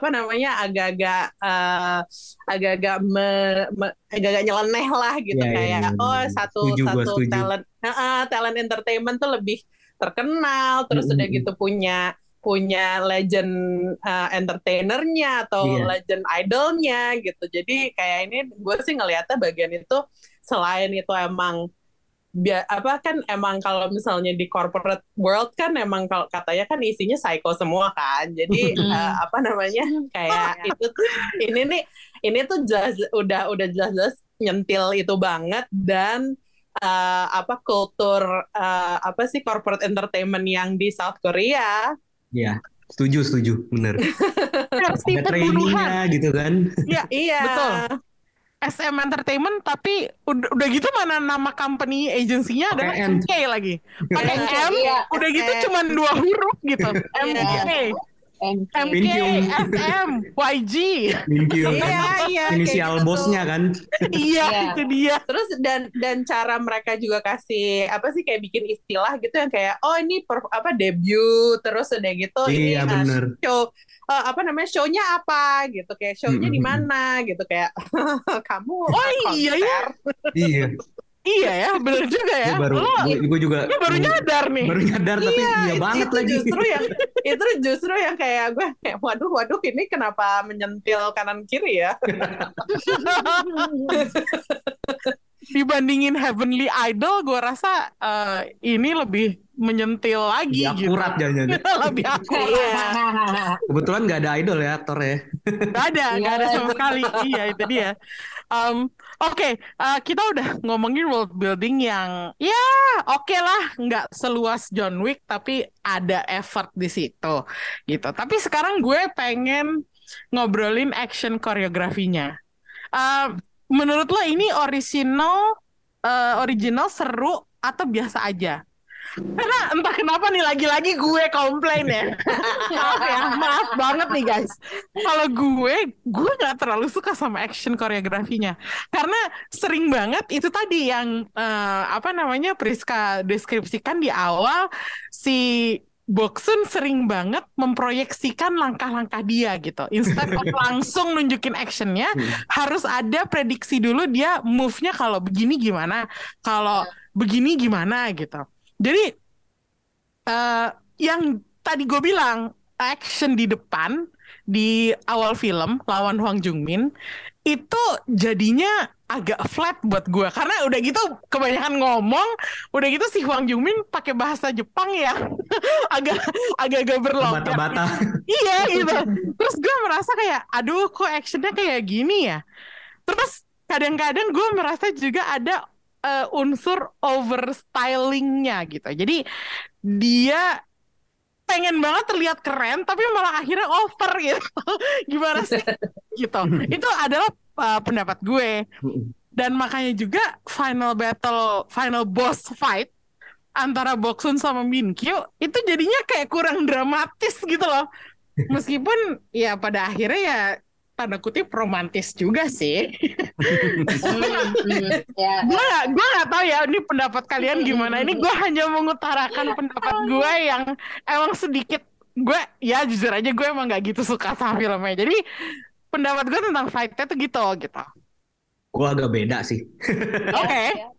agak-agak nyeleneh lah gitu. Iya, kayak iya. satu Setuju. talent entertainment tuh lebih terkenal, terus udah gitu punya legend entertainernya atau Iya. legend idolnya gitu. Jadi kayak ini gue sih ngelihatnya bagian itu, selain itu emang emang kalau misalnya di corporate world kan emang kalau katanya kan isinya psycho semua kan. Jadi kayak itu ini tuh udah jelas nyentil itu banget. Dan kultur corporate entertainment yang di South Korea. Iya, setuju, bener. Versi Ada trainingnya pembunuhan. gitu kan. Iya. Betul. SM Entertainment, tapi udah gitu mana nama company agensinya adalah Pakai N. MK lagi. Pakai M, Iya. udah gitu cuma 2 huruf gitu. MK, MK, SM, YG. Minkyung kan. Iya, Inisial kayak gitu bosnya kan. Iya, Iya. itu dia. Terus dan cara mereka juga kasih kayak bikin istilah gitu yang kayak ini debut, terus udah gitu Iya, ini bener. show show-nya apa gitu, kayak show-nya di mana gitu, kayak kamu iya. konser. Iya. Iya ya, bener juga ya. Gue juga Lu baru nyadar nih. baru nyadar tapi iya banget itu lagi. justru yang kayak gue kayak waduh ini kenapa menyentil kanan kiri ya? Dibandingin Heavenly Idol, gue rasa ini lebih menyentil lagi Lebih akurat gitu. jangan-jangan. Lebih akurat. Iya. Kebetulan nggak ada idol ya aktornya. Gak ada sama sekali. Iya, itu dia. Oke, kita udah ngomongin world building yang ya oke lah, nggak seluas John Wick, tapi ada effort di situ, gitu. Tapi sekarang gue pengen ngobrolin action koreografinya. Menurut lo ini original seru atau biasa aja? Karena entah kenapa nih lagi-lagi gue komplain ya. Maaf banget nih guys. Kalau gue nggak terlalu suka sama action koreografinya karena sering banget itu tadi yang Priska deskripsikan di awal, si Boksun sering banget memproyeksikan langkah-langkah dia gitu. Instead of langsung nunjukin actionnya, harus ada prediksi dulu dia move-nya kalau begini gimana, kalau begini gimana gitu. Jadi yang tadi gue bilang action di depan di awal film lawan Hwang Jung-min itu jadinya agak flat buat gue karena udah gitu kebanyakan ngomong, udah gitu si Hwang Jung-min pakai bahasa Jepang ya agak berlogat. Bata-bata. Iya gitu. Terus gue merasa kayak aduh kok actionnya kayak gini ya. Terus kadang-kadang gue merasa juga ada unsur overstylingnya gitu. Jadi dia pengen banget terlihat keren, tapi malah akhirnya over gitu. Gimana sih? Gitu. Itu adalah pendapat gue. Dan makanya juga final boss fight antara Boksun sama Minkyu itu jadinya kayak kurang dramatis gitu loh. Meskipun ya pada akhirnya ya tanda kutip romantis juga sih. Gue nggak tahu ya ini pendapat kalian gimana. Ini gue hanya mengutarakan pendapat gue yang emang sedikit, gue ya jujur aja gue emang nggak gitu suka sama filmnya. Jadi pendapat gue tentang fight-nya tuh gitu. Gue agak beda sih. Oke.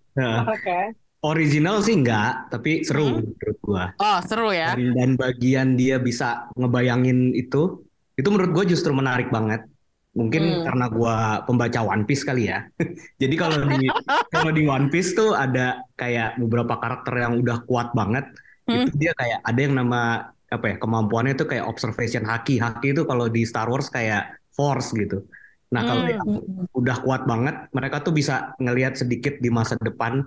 Original sih enggak, tapi seru menurut gue. Oh seru ya. Dan bagian dia bisa ngebayangin itu menurut gue justru menarik banget. Mungkin karena gue pembaca One Piece kali ya. Jadi kalau di One Piece tuh ada kayak beberapa karakter yang udah kuat banget. Itu dia kayak ada yang nama kemampuannya itu kayak observation haki. Haki itu kalau di Star Wars kayak force gitu. Nah kalau yang udah kuat banget, mereka tuh bisa ngelihat sedikit di masa depan.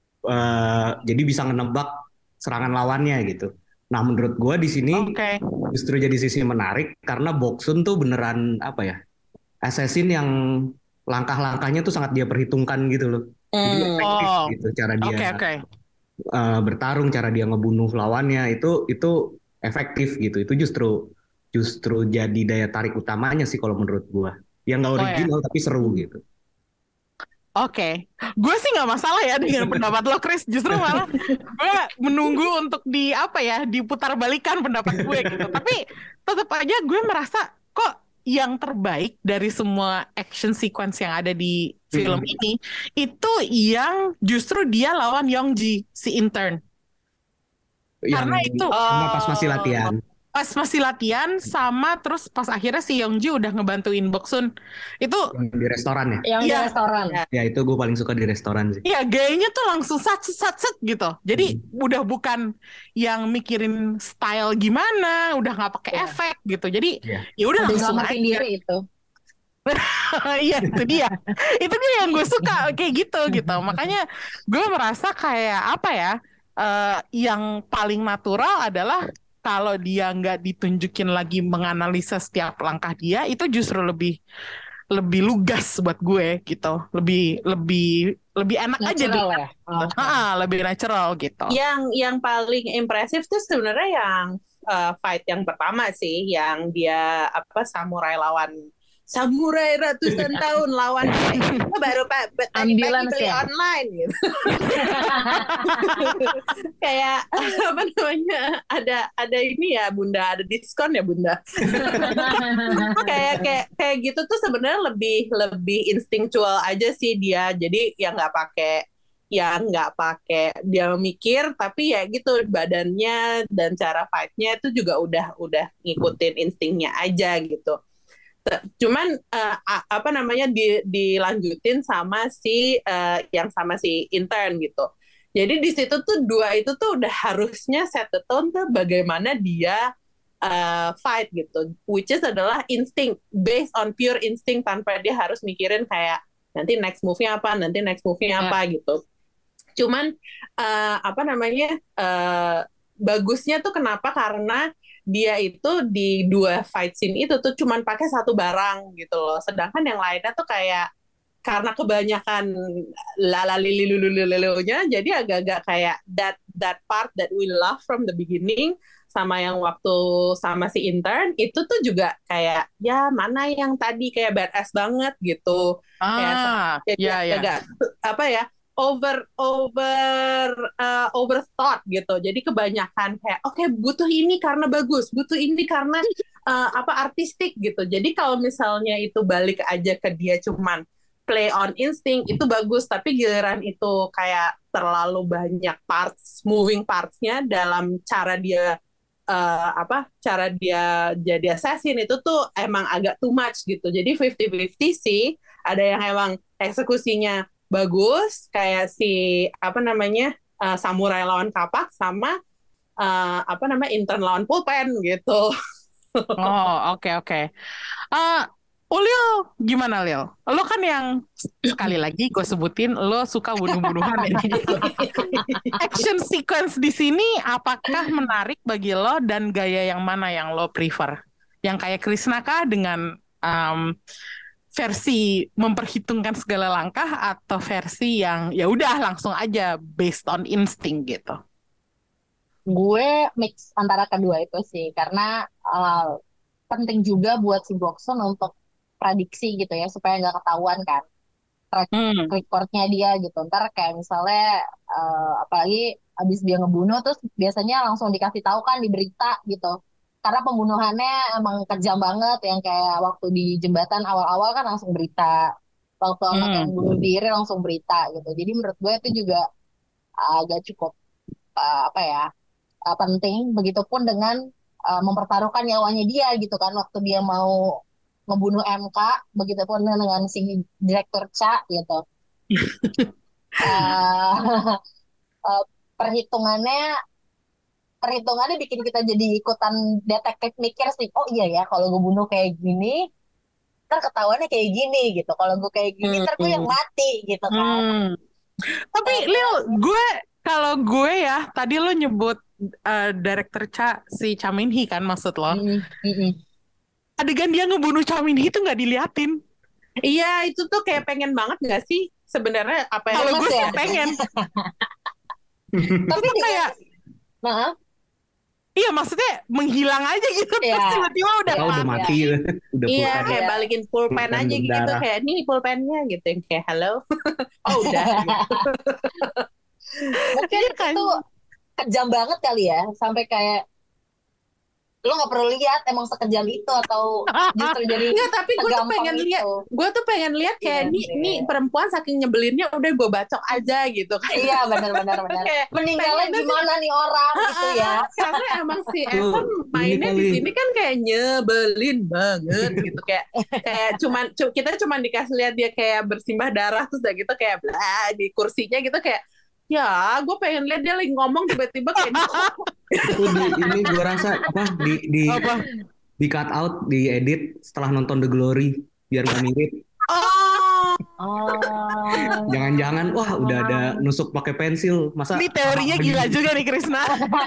Jadi bisa ngenebak serangan lawannya gitu. Nah menurut gue di sini justru jadi sisi menarik karena Boksun tuh beneran assassin yang langkah-langkahnya tuh sangat dia perhitungkan gitu loh. Jadi efektif gitu cara dia bertarung, cara dia ngebunuh lawannya itu efektif gitu. Itu justru jadi daya tarik utamanya sih kalau menurut gua. Yang nggak original tapi seru gitu. Gue sih nggak masalah ya dengan pendapat lo, Chris. Justru malah gue menunggu untuk diputar balikan pendapat gue gitu. Tapi tetap aja gue merasa kok yang terbaik dari semua action sequence yang ada di film ini itu yang justru dia lawan Yongji si intern. Karena itu pas masih latihan. Pas masih latihan sama terus pas akhirnya si Yongji udah ngebantuin Boksun. Itu yang di restoran ya? Yang di restoran. Ya itu gue paling suka di restoran sih. Iya, gayanya tuh langsung sat gitu. Jadi udah bukan yang mikirin style gimana, udah nggak pakai efek gitu. Jadi ya udah langsung aja. Diri itu. Iya itu dia. Itu dia yang gue suka kayak gitu. Makanya gue merasa kayak yang paling natural adalah kalau dia nggak ditunjukin lagi menganalisa setiap langkah dia, itu justru lebih lugas buat gue gitu, lebih enak natural aja deh. Lebih natural gitu. Yang paling impresif tuh sebenarnya yang fight yang pertama sih, yang dia samurai ratusan tahun lawan baru tadi pagi beli online gitu. Kayak ada ini ya Bunda, ada diskon ya Bunda. kayak gitu tuh sebenarnya lebih instinctual aja sih dia. Jadi ya nggak pakai yang nggak pakai dia mikir, tapi ya gitu badannya dan cara fightnya itu juga udah ngikutin instingnya aja gitu. Cuman apa namanya dilanjutin sama yang sama si intern gitu. Jadi di situ tuh dua itu tuh udah harusnya set the tone tuh bagaimana dia fight gitu, which is adalah instinct, based on pure instinct tanpa dia harus mikirin kayak nanti next move-nya apa gitu. Cuman apa namanya bagusnya tuh kenapa, karena dia itu di dua fight scene itu tuh cuman pakai satu barang gitu loh, sedangkan yang lainnya tuh kayak karena kebanyakan lalalililulululunya jadi agak-agak kayak that part that we love from the beginning, sama yang waktu sama si intern itu tuh juga kayak ya mana yang tadi kayak badass banget gitu, kayak agak apa ya overthought gitu. Jadi kebanyakan kayak oke, butuh ini karena bagus, butuh ini karena artistik gitu. Jadi kalau misalnya itu balik aja ke dia cuman play on instinct itu bagus, tapi giliran itu kayak terlalu banyak moving parts-nya dalam cara dia cara dia jadi assassin itu tuh emang agak too much gitu. Jadi 50-50 sih, ada yang emang eksekusinya bagus kayak si samurai lawan kapak, sama intern lawan pulpen gitu. Oh, oke. Ulil, gimana Lil? Lo kan yang sekali lagi gue sebutin, lo suka bunuh-bunuhan ya. Action sequence di sini apakah menarik bagi lo, dan gaya yang mana yang lo prefer? Yang kayak Krishna kah dengan versi memperhitungkan segala langkah, atau versi yang ya udah langsung aja based on instinct gitu? Gue mix antara kedua itu sih, karena penting juga buat si Boxon untuk prediksi gitu ya, supaya nggak ketahuan kan track recordnya dia gitu. Ntar kayak misalnya apalagi abis dia ngebunuh terus biasanya langsung dikasih tahu kan di berita gitu, karena pembunuhannya emang kejam banget, yang kayak waktu di jembatan awal-awal kan langsung berita, waktu anak yang bunuh diri langsung berita gitu. Jadi menurut gue itu juga agak cukup penting. Begitupun dengan mempertaruhkan nyawanya dia gitu kan, waktu dia mau ngebunuh MK, begitupun dengan si direktur Cha gitu. Perhitungannya bikin kita jadi ikutan detektif mikir sih, oh iya ya kalau gue bunuh kayak gini ntar ketahuannya kayak gini gitu, kalau gue kayak gini ntar gue yang mati gitu kan. Tapi Lil, kalau gue ya tadi lo nyebut direktur Cha, si Cha Min-hee kan maksud lo. Adegan dia ngebunuh Cha Min-hee itu nggak diliatin. Iya, itu tuh kayak pengen banget nggak sih sebenarnya apa yang kalau gue sih pengen. Tapi itu kayak iya, maksudnya menghilang aja gitu, terus tiba-tiba udah mati. Iya, kayak balikin pulpen aja gitu, kayak ini pulpennya gitu, yang kayak halo. Oh udah gitu. Mungkin itu kejam banget kali ya, sampai kayak lo nggak perlu lihat emang sekejam itu, atau justru jadi nggak, tapi gue tuh pengen lihat kayak nih perempuan saking nyebelinnya udah gue bacok aja gitu kan. Iya benar meninggalnya gimana nih orang gitu ya, karena emang si Evan mainnya di sini kan kayak nyebelin banget gitu, kayak kita cuman dikasih lihat dia kayak bersimbah darah terus udah gitu kayak blah di kursinya gitu, kayak ya gue pengen lihat dia lagi ngomong tiba-tiba kayak itu ini gue rasa di cut out, di edit setelah nonton The Glory biar gak mirip. Jangan-jangan wah udah ada nusuk pakai pensil, masa ini teorinya gila juga nih Krishna.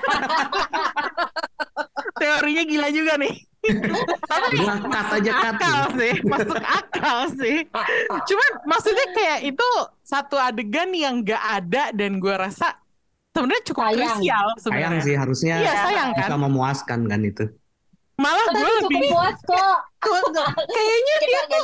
Teorinya gila juga nih. Tapi masuk akal sih. Cuman maksudnya kayak itu satu adegan yang gak ada, dan gue rasa sebenarnya cukup krusial sebenarnya. Sayang sih, harusnya sayang, kan? Bisa memuaskan kan itu. Malah gue lebih puas kok. Kayaknya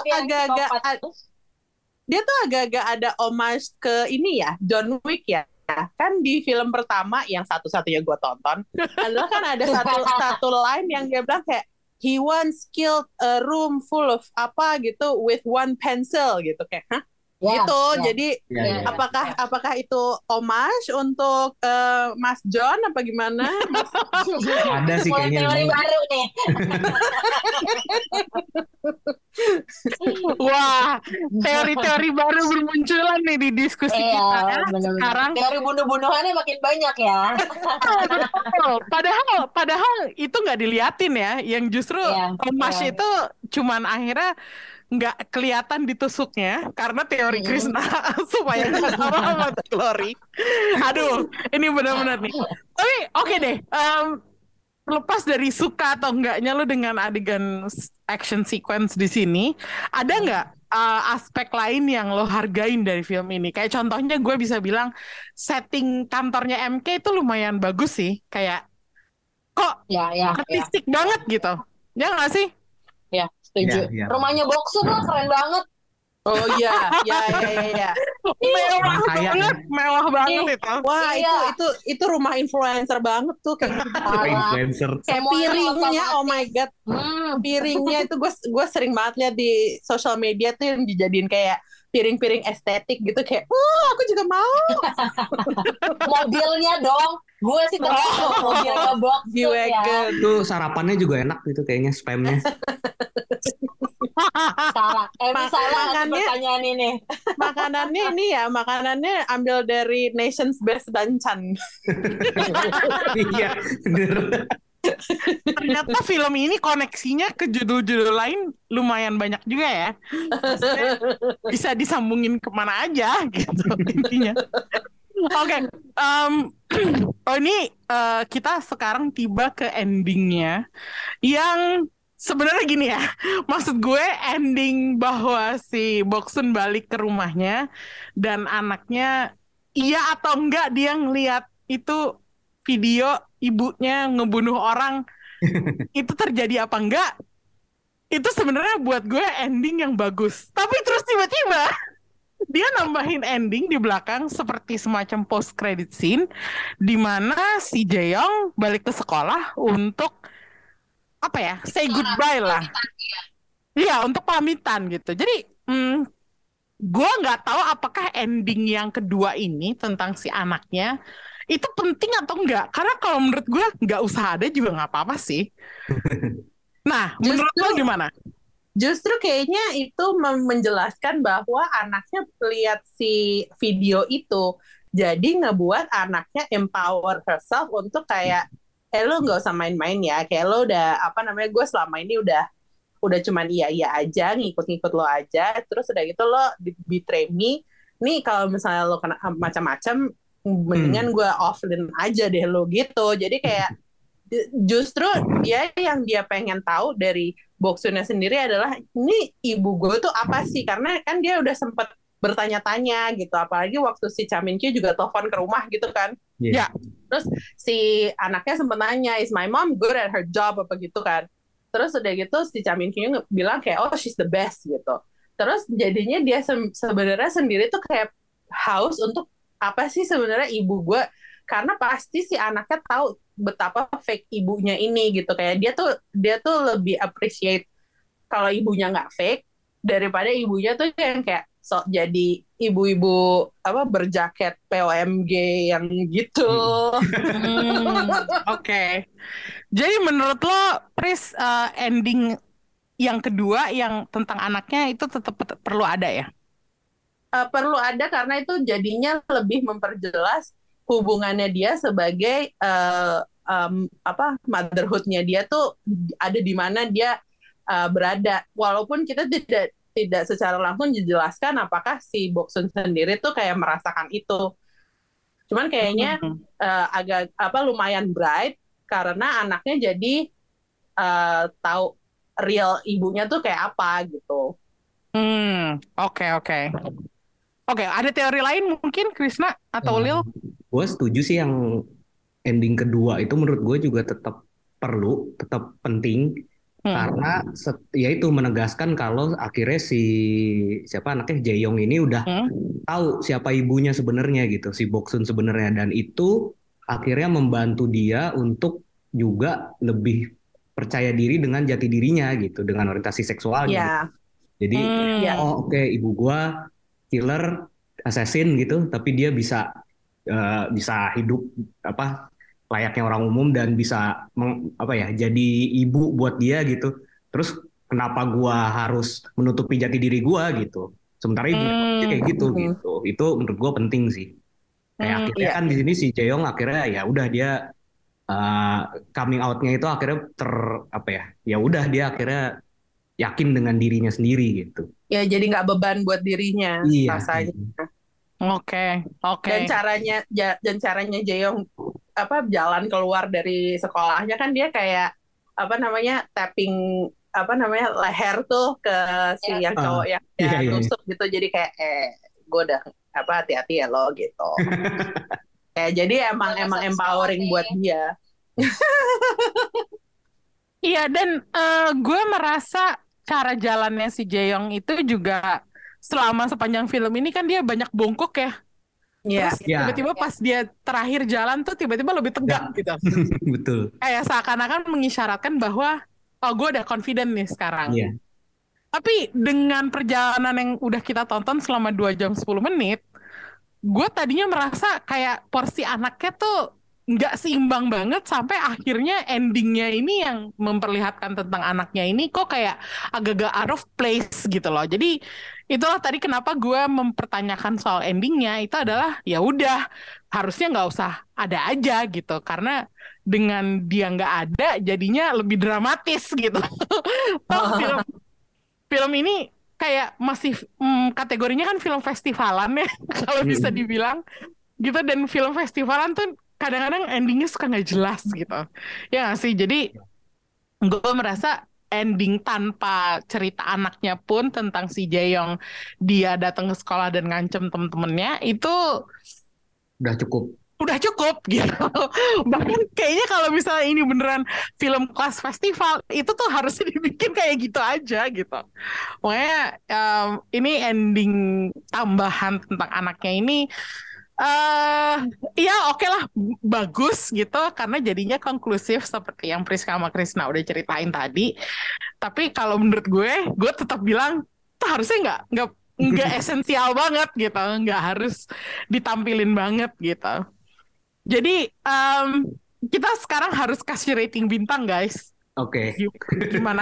dia tuh agak-agak ada homage ke ini ya, John Wick ya. Kan di film pertama yang satu-satunya gue tonton adalah kan ada satu line yang dia bilang kayak he once killed a room full of apa gitu with one pencil gitu, kayak Ya, gitu. ya, Jadi Ya, ya, ya. ya. apakah itu homage untuk Mas John apa gimana? Ada sih Mulai kayaknya teori memang. baru nih. Wah, teori-teori baru bermunculan nih di diskusi Iya, kita ya benar-benar. sekarang. Teori bunuh-bunuhannya makin banyak ya. Betul. Padahal itu nggak diliatin ya. Yang justru Iya, homage iya. itu cuman akhirnya nggak kelihatan ditusuknya karena teori Mm-mm. Krishna supaya nggak sama sama The Glory. Aduh, ini benar-benar nih. Tapi oke deh. Lepas dari suka atau enggaknya lu dengan adegan action sequence di sini, ada nggak aspek lain yang lo hargain dari film ini? Kayak contohnya gue bisa bilang setting kantornya MK itu lumayan bagus sih. Kayak kok Ya, ya, ya. artistik banget gitu. Ya nggak sih? Ya, setuju. Ya, ya. Rumahnya Boksun lah keren banget. Oh iya, ya. Mewah kaya banget, mewah banget itu. Wah, Iya. itu rumah influencer banget tuh kayak gitu. Parah. Influencer. Kayak mau Piringnya, oh my god, piringnya itu gue sering banget lihat di sosial media tuh yang dijadiin kayak piring-piring estetik gitu kayak, aku juga mau. Mobilnya dong. Gue sih termasuk mobilnya Boksun ya. G-Wagon. Itu sarapannya juga enak gitu kayaknya spamnya. Salah. Salah ngasih Makannya- pertanyaan ini. Makanannya ini ya, makanannya ambil dari Nation's Best Banchan. Iya, bener. Ternyata film ini koneksinya ke judul-judul lain lumayan banyak juga ya. Maksudnya bisa disambungin kemana aja gitu intinya. Oke, oh ini kita sekarang tiba ke endingnya yang sebenarnya gini ya. Maksud gue ending bahwa si Boksun balik ke rumahnya dan anaknya iya atau enggak dia ngelihat itu video ibunya ngebunuh orang itu terjadi apa enggak? Itu sebenarnya buat gue ending yang bagus. Tapi terus tiba-tiba dia nambahin ending di belakang seperti semacam post credit scene di mana si Jaeyoung balik ke sekolah untuk apa ya? Say goodbye lah. Iya, untuk pamitan gitu. Jadi gue nggak tahu apakah ending yang kedua ini tentang si anaknya itu penting atau enggak. Karena kalau menurut gue nggak usah ada juga nggak apa-apa sih. Nah, menurut lo gimana? Justru kayaknya itu menjelaskan bahwa anaknya lihat si video itu, jadi ngebuat anaknya empower herself untuk kayak, lo nggak usah main-main ya, kayak lo udah gue selama ini udah cuman iya aja, ngikut-ngikut lo aja, terus udah gitu lo betray me, nih kalau misalnya lo kena macam-macam, mendingan gue offline aja deh lo gitu, jadi kayak justru yang dia pengen tahu dari Boksunnya sendiri adalah ini ibu gue tuh apa sih, karena kan dia udah sempet bertanya-tanya gitu, apalagi waktu si Cha Min-kyu juga telepon ke rumah gitu kan. Iya. Ya, Terus si anaknya sempet nanya, is my mom good at her job apa gitu kan. Terus udah gitu si Cha Min-kyu bilang kayak, oh she's the best gitu. Terus jadinya dia sebenarnya sendiri tuh kayak haus untuk apa sih sebenarnya ibu gue, karena pasti si anaknya tahu betapa fake ibunya ini gitu, kayak dia tuh lebih appreciate kalau ibunya nggak fake daripada ibunya tuh yang kayak sok jadi ibu-ibu berjaket POMG yang gitu. Oke. Jadi menurut lo, Pris, ending yang kedua yang tentang anaknya itu tetap perlu ada ya? Perlu ada karena itu jadinya lebih memperjelas hubungannya dia sebagai motherhood-nya dia tuh ada di mana dia berada, walaupun kita tidak secara langsung dijelaskan apakah si Boksun sendiri tuh kayak merasakan itu. Cuman kayaknya agak lumayan bright karena anaknya jadi tahu real ibunya tuh kayak apa gitu. Oke. Oke, ada teori lain mungkin Krishna atau Lil? Gue setuju sih yang ending kedua itu menurut gue juga tetap perlu, tetap penting karena ya itu menegaskan kalau akhirnya anaknya Jaeyoung ini udah tahu siapa ibunya sebenarnya gitu, si Boksun sebenarnya, dan itu akhirnya membantu dia untuk juga lebih percaya diri dengan jati dirinya gitu, dengan orientasi seksualnya. Yeah. Jadi oke, ibu gue killer, assassin gitu, tapi dia bisa hidup apa layaknya orang umum dan bisa jadi ibu buat dia gitu. Terus kenapa gua harus menutupi jati diri gua gitu? Sementara ibu kayak gitu gitu. Itu menurut gua penting sih. Kayak akhirnya kan di sini si Jaeyoung akhirnya ya udah dia coming out-nya itu akhirnya ya udah dia akhirnya yakin dengan dirinya sendiri gitu. Ya jadi nggak beban buat dirinya Iya. rasanya. Oke. Dan caranya Jaeyoung jalan keluar dari sekolahnya kan dia kayak tapping leher tuh ke si yang cowok yang nusuk gitu, jadi kayak gue udah hati-hati ya lo gitu. Jadi emang empowering buat dia. Iya, dan gue merasa cara jalannya si Jaeyoung itu juga selama sepanjang film ini kan dia banyak bongkok ya. Iya. Terus tiba-tiba pas dia terakhir jalan tuh tiba-tiba lebih tegak gitu. Betul. Kayak seakan-akan mengisyaratkan bahwa gue udah confident nih sekarang. Iya. Tapi dengan perjalanan yang udah kita tonton selama 2 jam 10 menit, gue tadinya merasa kayak porsi anaknya tuh nggak seimbang banget sampai akhirnya endingnya ini yang memperlihatkan tentang anaknya ini kok kayak agak-agak out of place gitu loh. Jadi itulah tadi kenapa gue mempertanyakan soal endingnya itu adalah ya udah harusnya nggak usah ada aja gitu, karena dengan dia nggak ada jadinya lebih dramatis gitu. Film ini kayak masih kategorinya kan film festivalan ya kalau bisa dibilang gitu, dan film festivalan tuh kadang-kadang endingnya suka nggak jelas gitu ya nggak sih. Jadi gue merasa ending tanpa cerita anaknya pun tentang si Jaeyoung dia datang ke sekolah dan ngancem temen-temennya itu udah cukup gitu. Bahkan kayaknya kalau misalnya ini beneran film kelas festival itu tuh harusnya dibikin kayak gitu aja gitu. Makanya ini ending tambahan tentang anaknya ini ya oke lah, bagus gitu karena jadinya konklusif seperti yang Priska sama Krisna udah ceritain tadi. Tapi kalau menurut gue tetap bilang itu harusnya nggak esensial banget gitu, nggak harus ditampilin banget gitu. Jadi kita sekarang harus kasih rating bintang, guys. Oke. Gimana?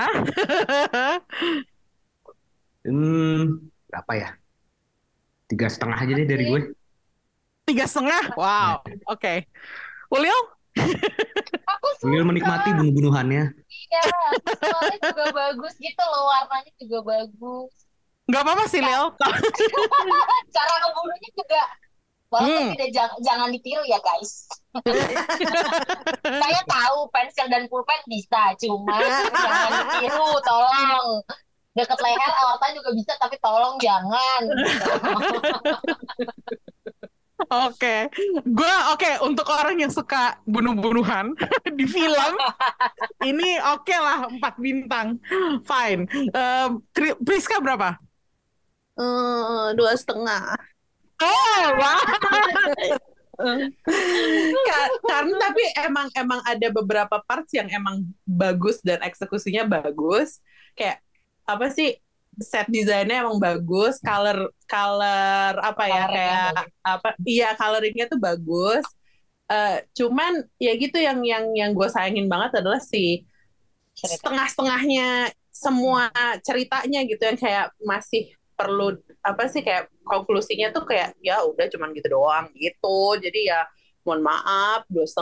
Berapa ya? 3,5 aja deh dari gue. 3,5? Wow, oke. Ulil? Ulil menikmati bunuh-bunuhannya. Iya, soalnya juga bagus gitu loh, warnanya juga bagus. Gak apa-apa sih, Lil. Cara ngebunuhnya juga walaupun jangan ditiru ya guys. Saya tahu pensil dan pulpen bisa, cuma jangan ditiru, tolong. Deket leher aorta juga bisa, tapi tolong jangan. Oke. Untuk orang yang suka bunuh-bunuhan di film, ini oke lah 4 bintang, fine. Priska berapa? 2,5. Oh, wow. Karena tapi emang ada beberapa parts yang emang bagus dan eksekusinya bagus. Kayak apa sih, set desainnya emang bagus, color coloringnya tuh bagus. Cuman ya gitu yang gue sayangin banget adalah si setengah-setengahnya semua ceritanya gitu yang kayak masih perlu kayak konklusinya tuh kayak ya udah cuman gitu doang gitu. Jadi ya mohon maaf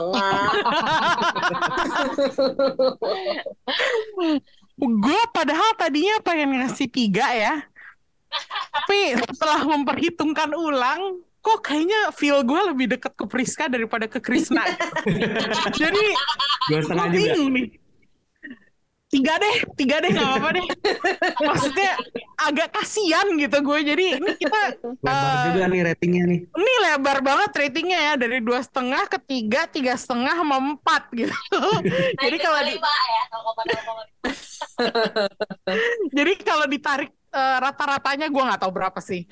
2,5. Gue padahal tadinya pengen ngasih 3 ya. Tapi setelah memperhitungkan ulang, kok kayaknya feel gue lebih dekat ke Priska daripada ke Krisna. Jadi 2,5 juga. Nih. 3 deh nggak apa-apa deh. Maksudnya agak kasihan gitu gue. Jadi ini kita lebar juga nih ratingnya nih. Ini lebar banget ratingnya ya, dari 2,5 ke 3, 3,5 sama 4 gitu. Jadi kalau jadi kalau ditarik rata-ratanya gue nggak tahu berapa sih.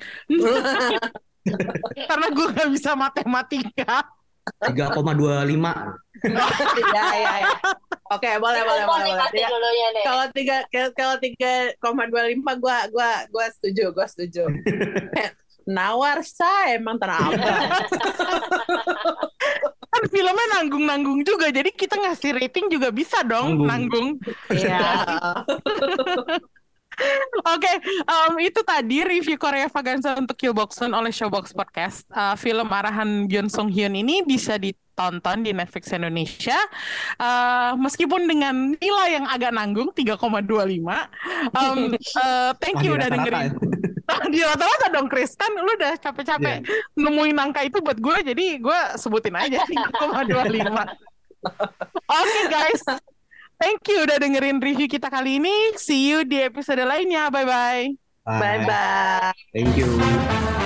Karena gue nggak bisa matematika. 3,25. Ya. Oke, boleh. Kalau 3,25 gue setuju. Nawarsa emang tanah abang. Kan filmnya nanggung-nanggung juga, jadi kita ngasih rating juga bisa dong nanggung. Iya. Oke, itu tadi review Korea Vaganza untuk Kill Box One oleh Showbox Podcast. Film arahan Byun Sung Hyun ini bisa ditonton di Netflix Indonesia, meskipun dengan nilai yang agak nanggung 3,25. Thank you udah dengerin. Di rata-rata dong Chris, kan lu udah capek-capek nemuin angka itu buat gue, jadi gue sebutin aja 3,25. Oke guys, thank you udah dengerin review kita kali ini. See you di episode lainnya. Bye-bye. Bye. Bye-bye. Thank you.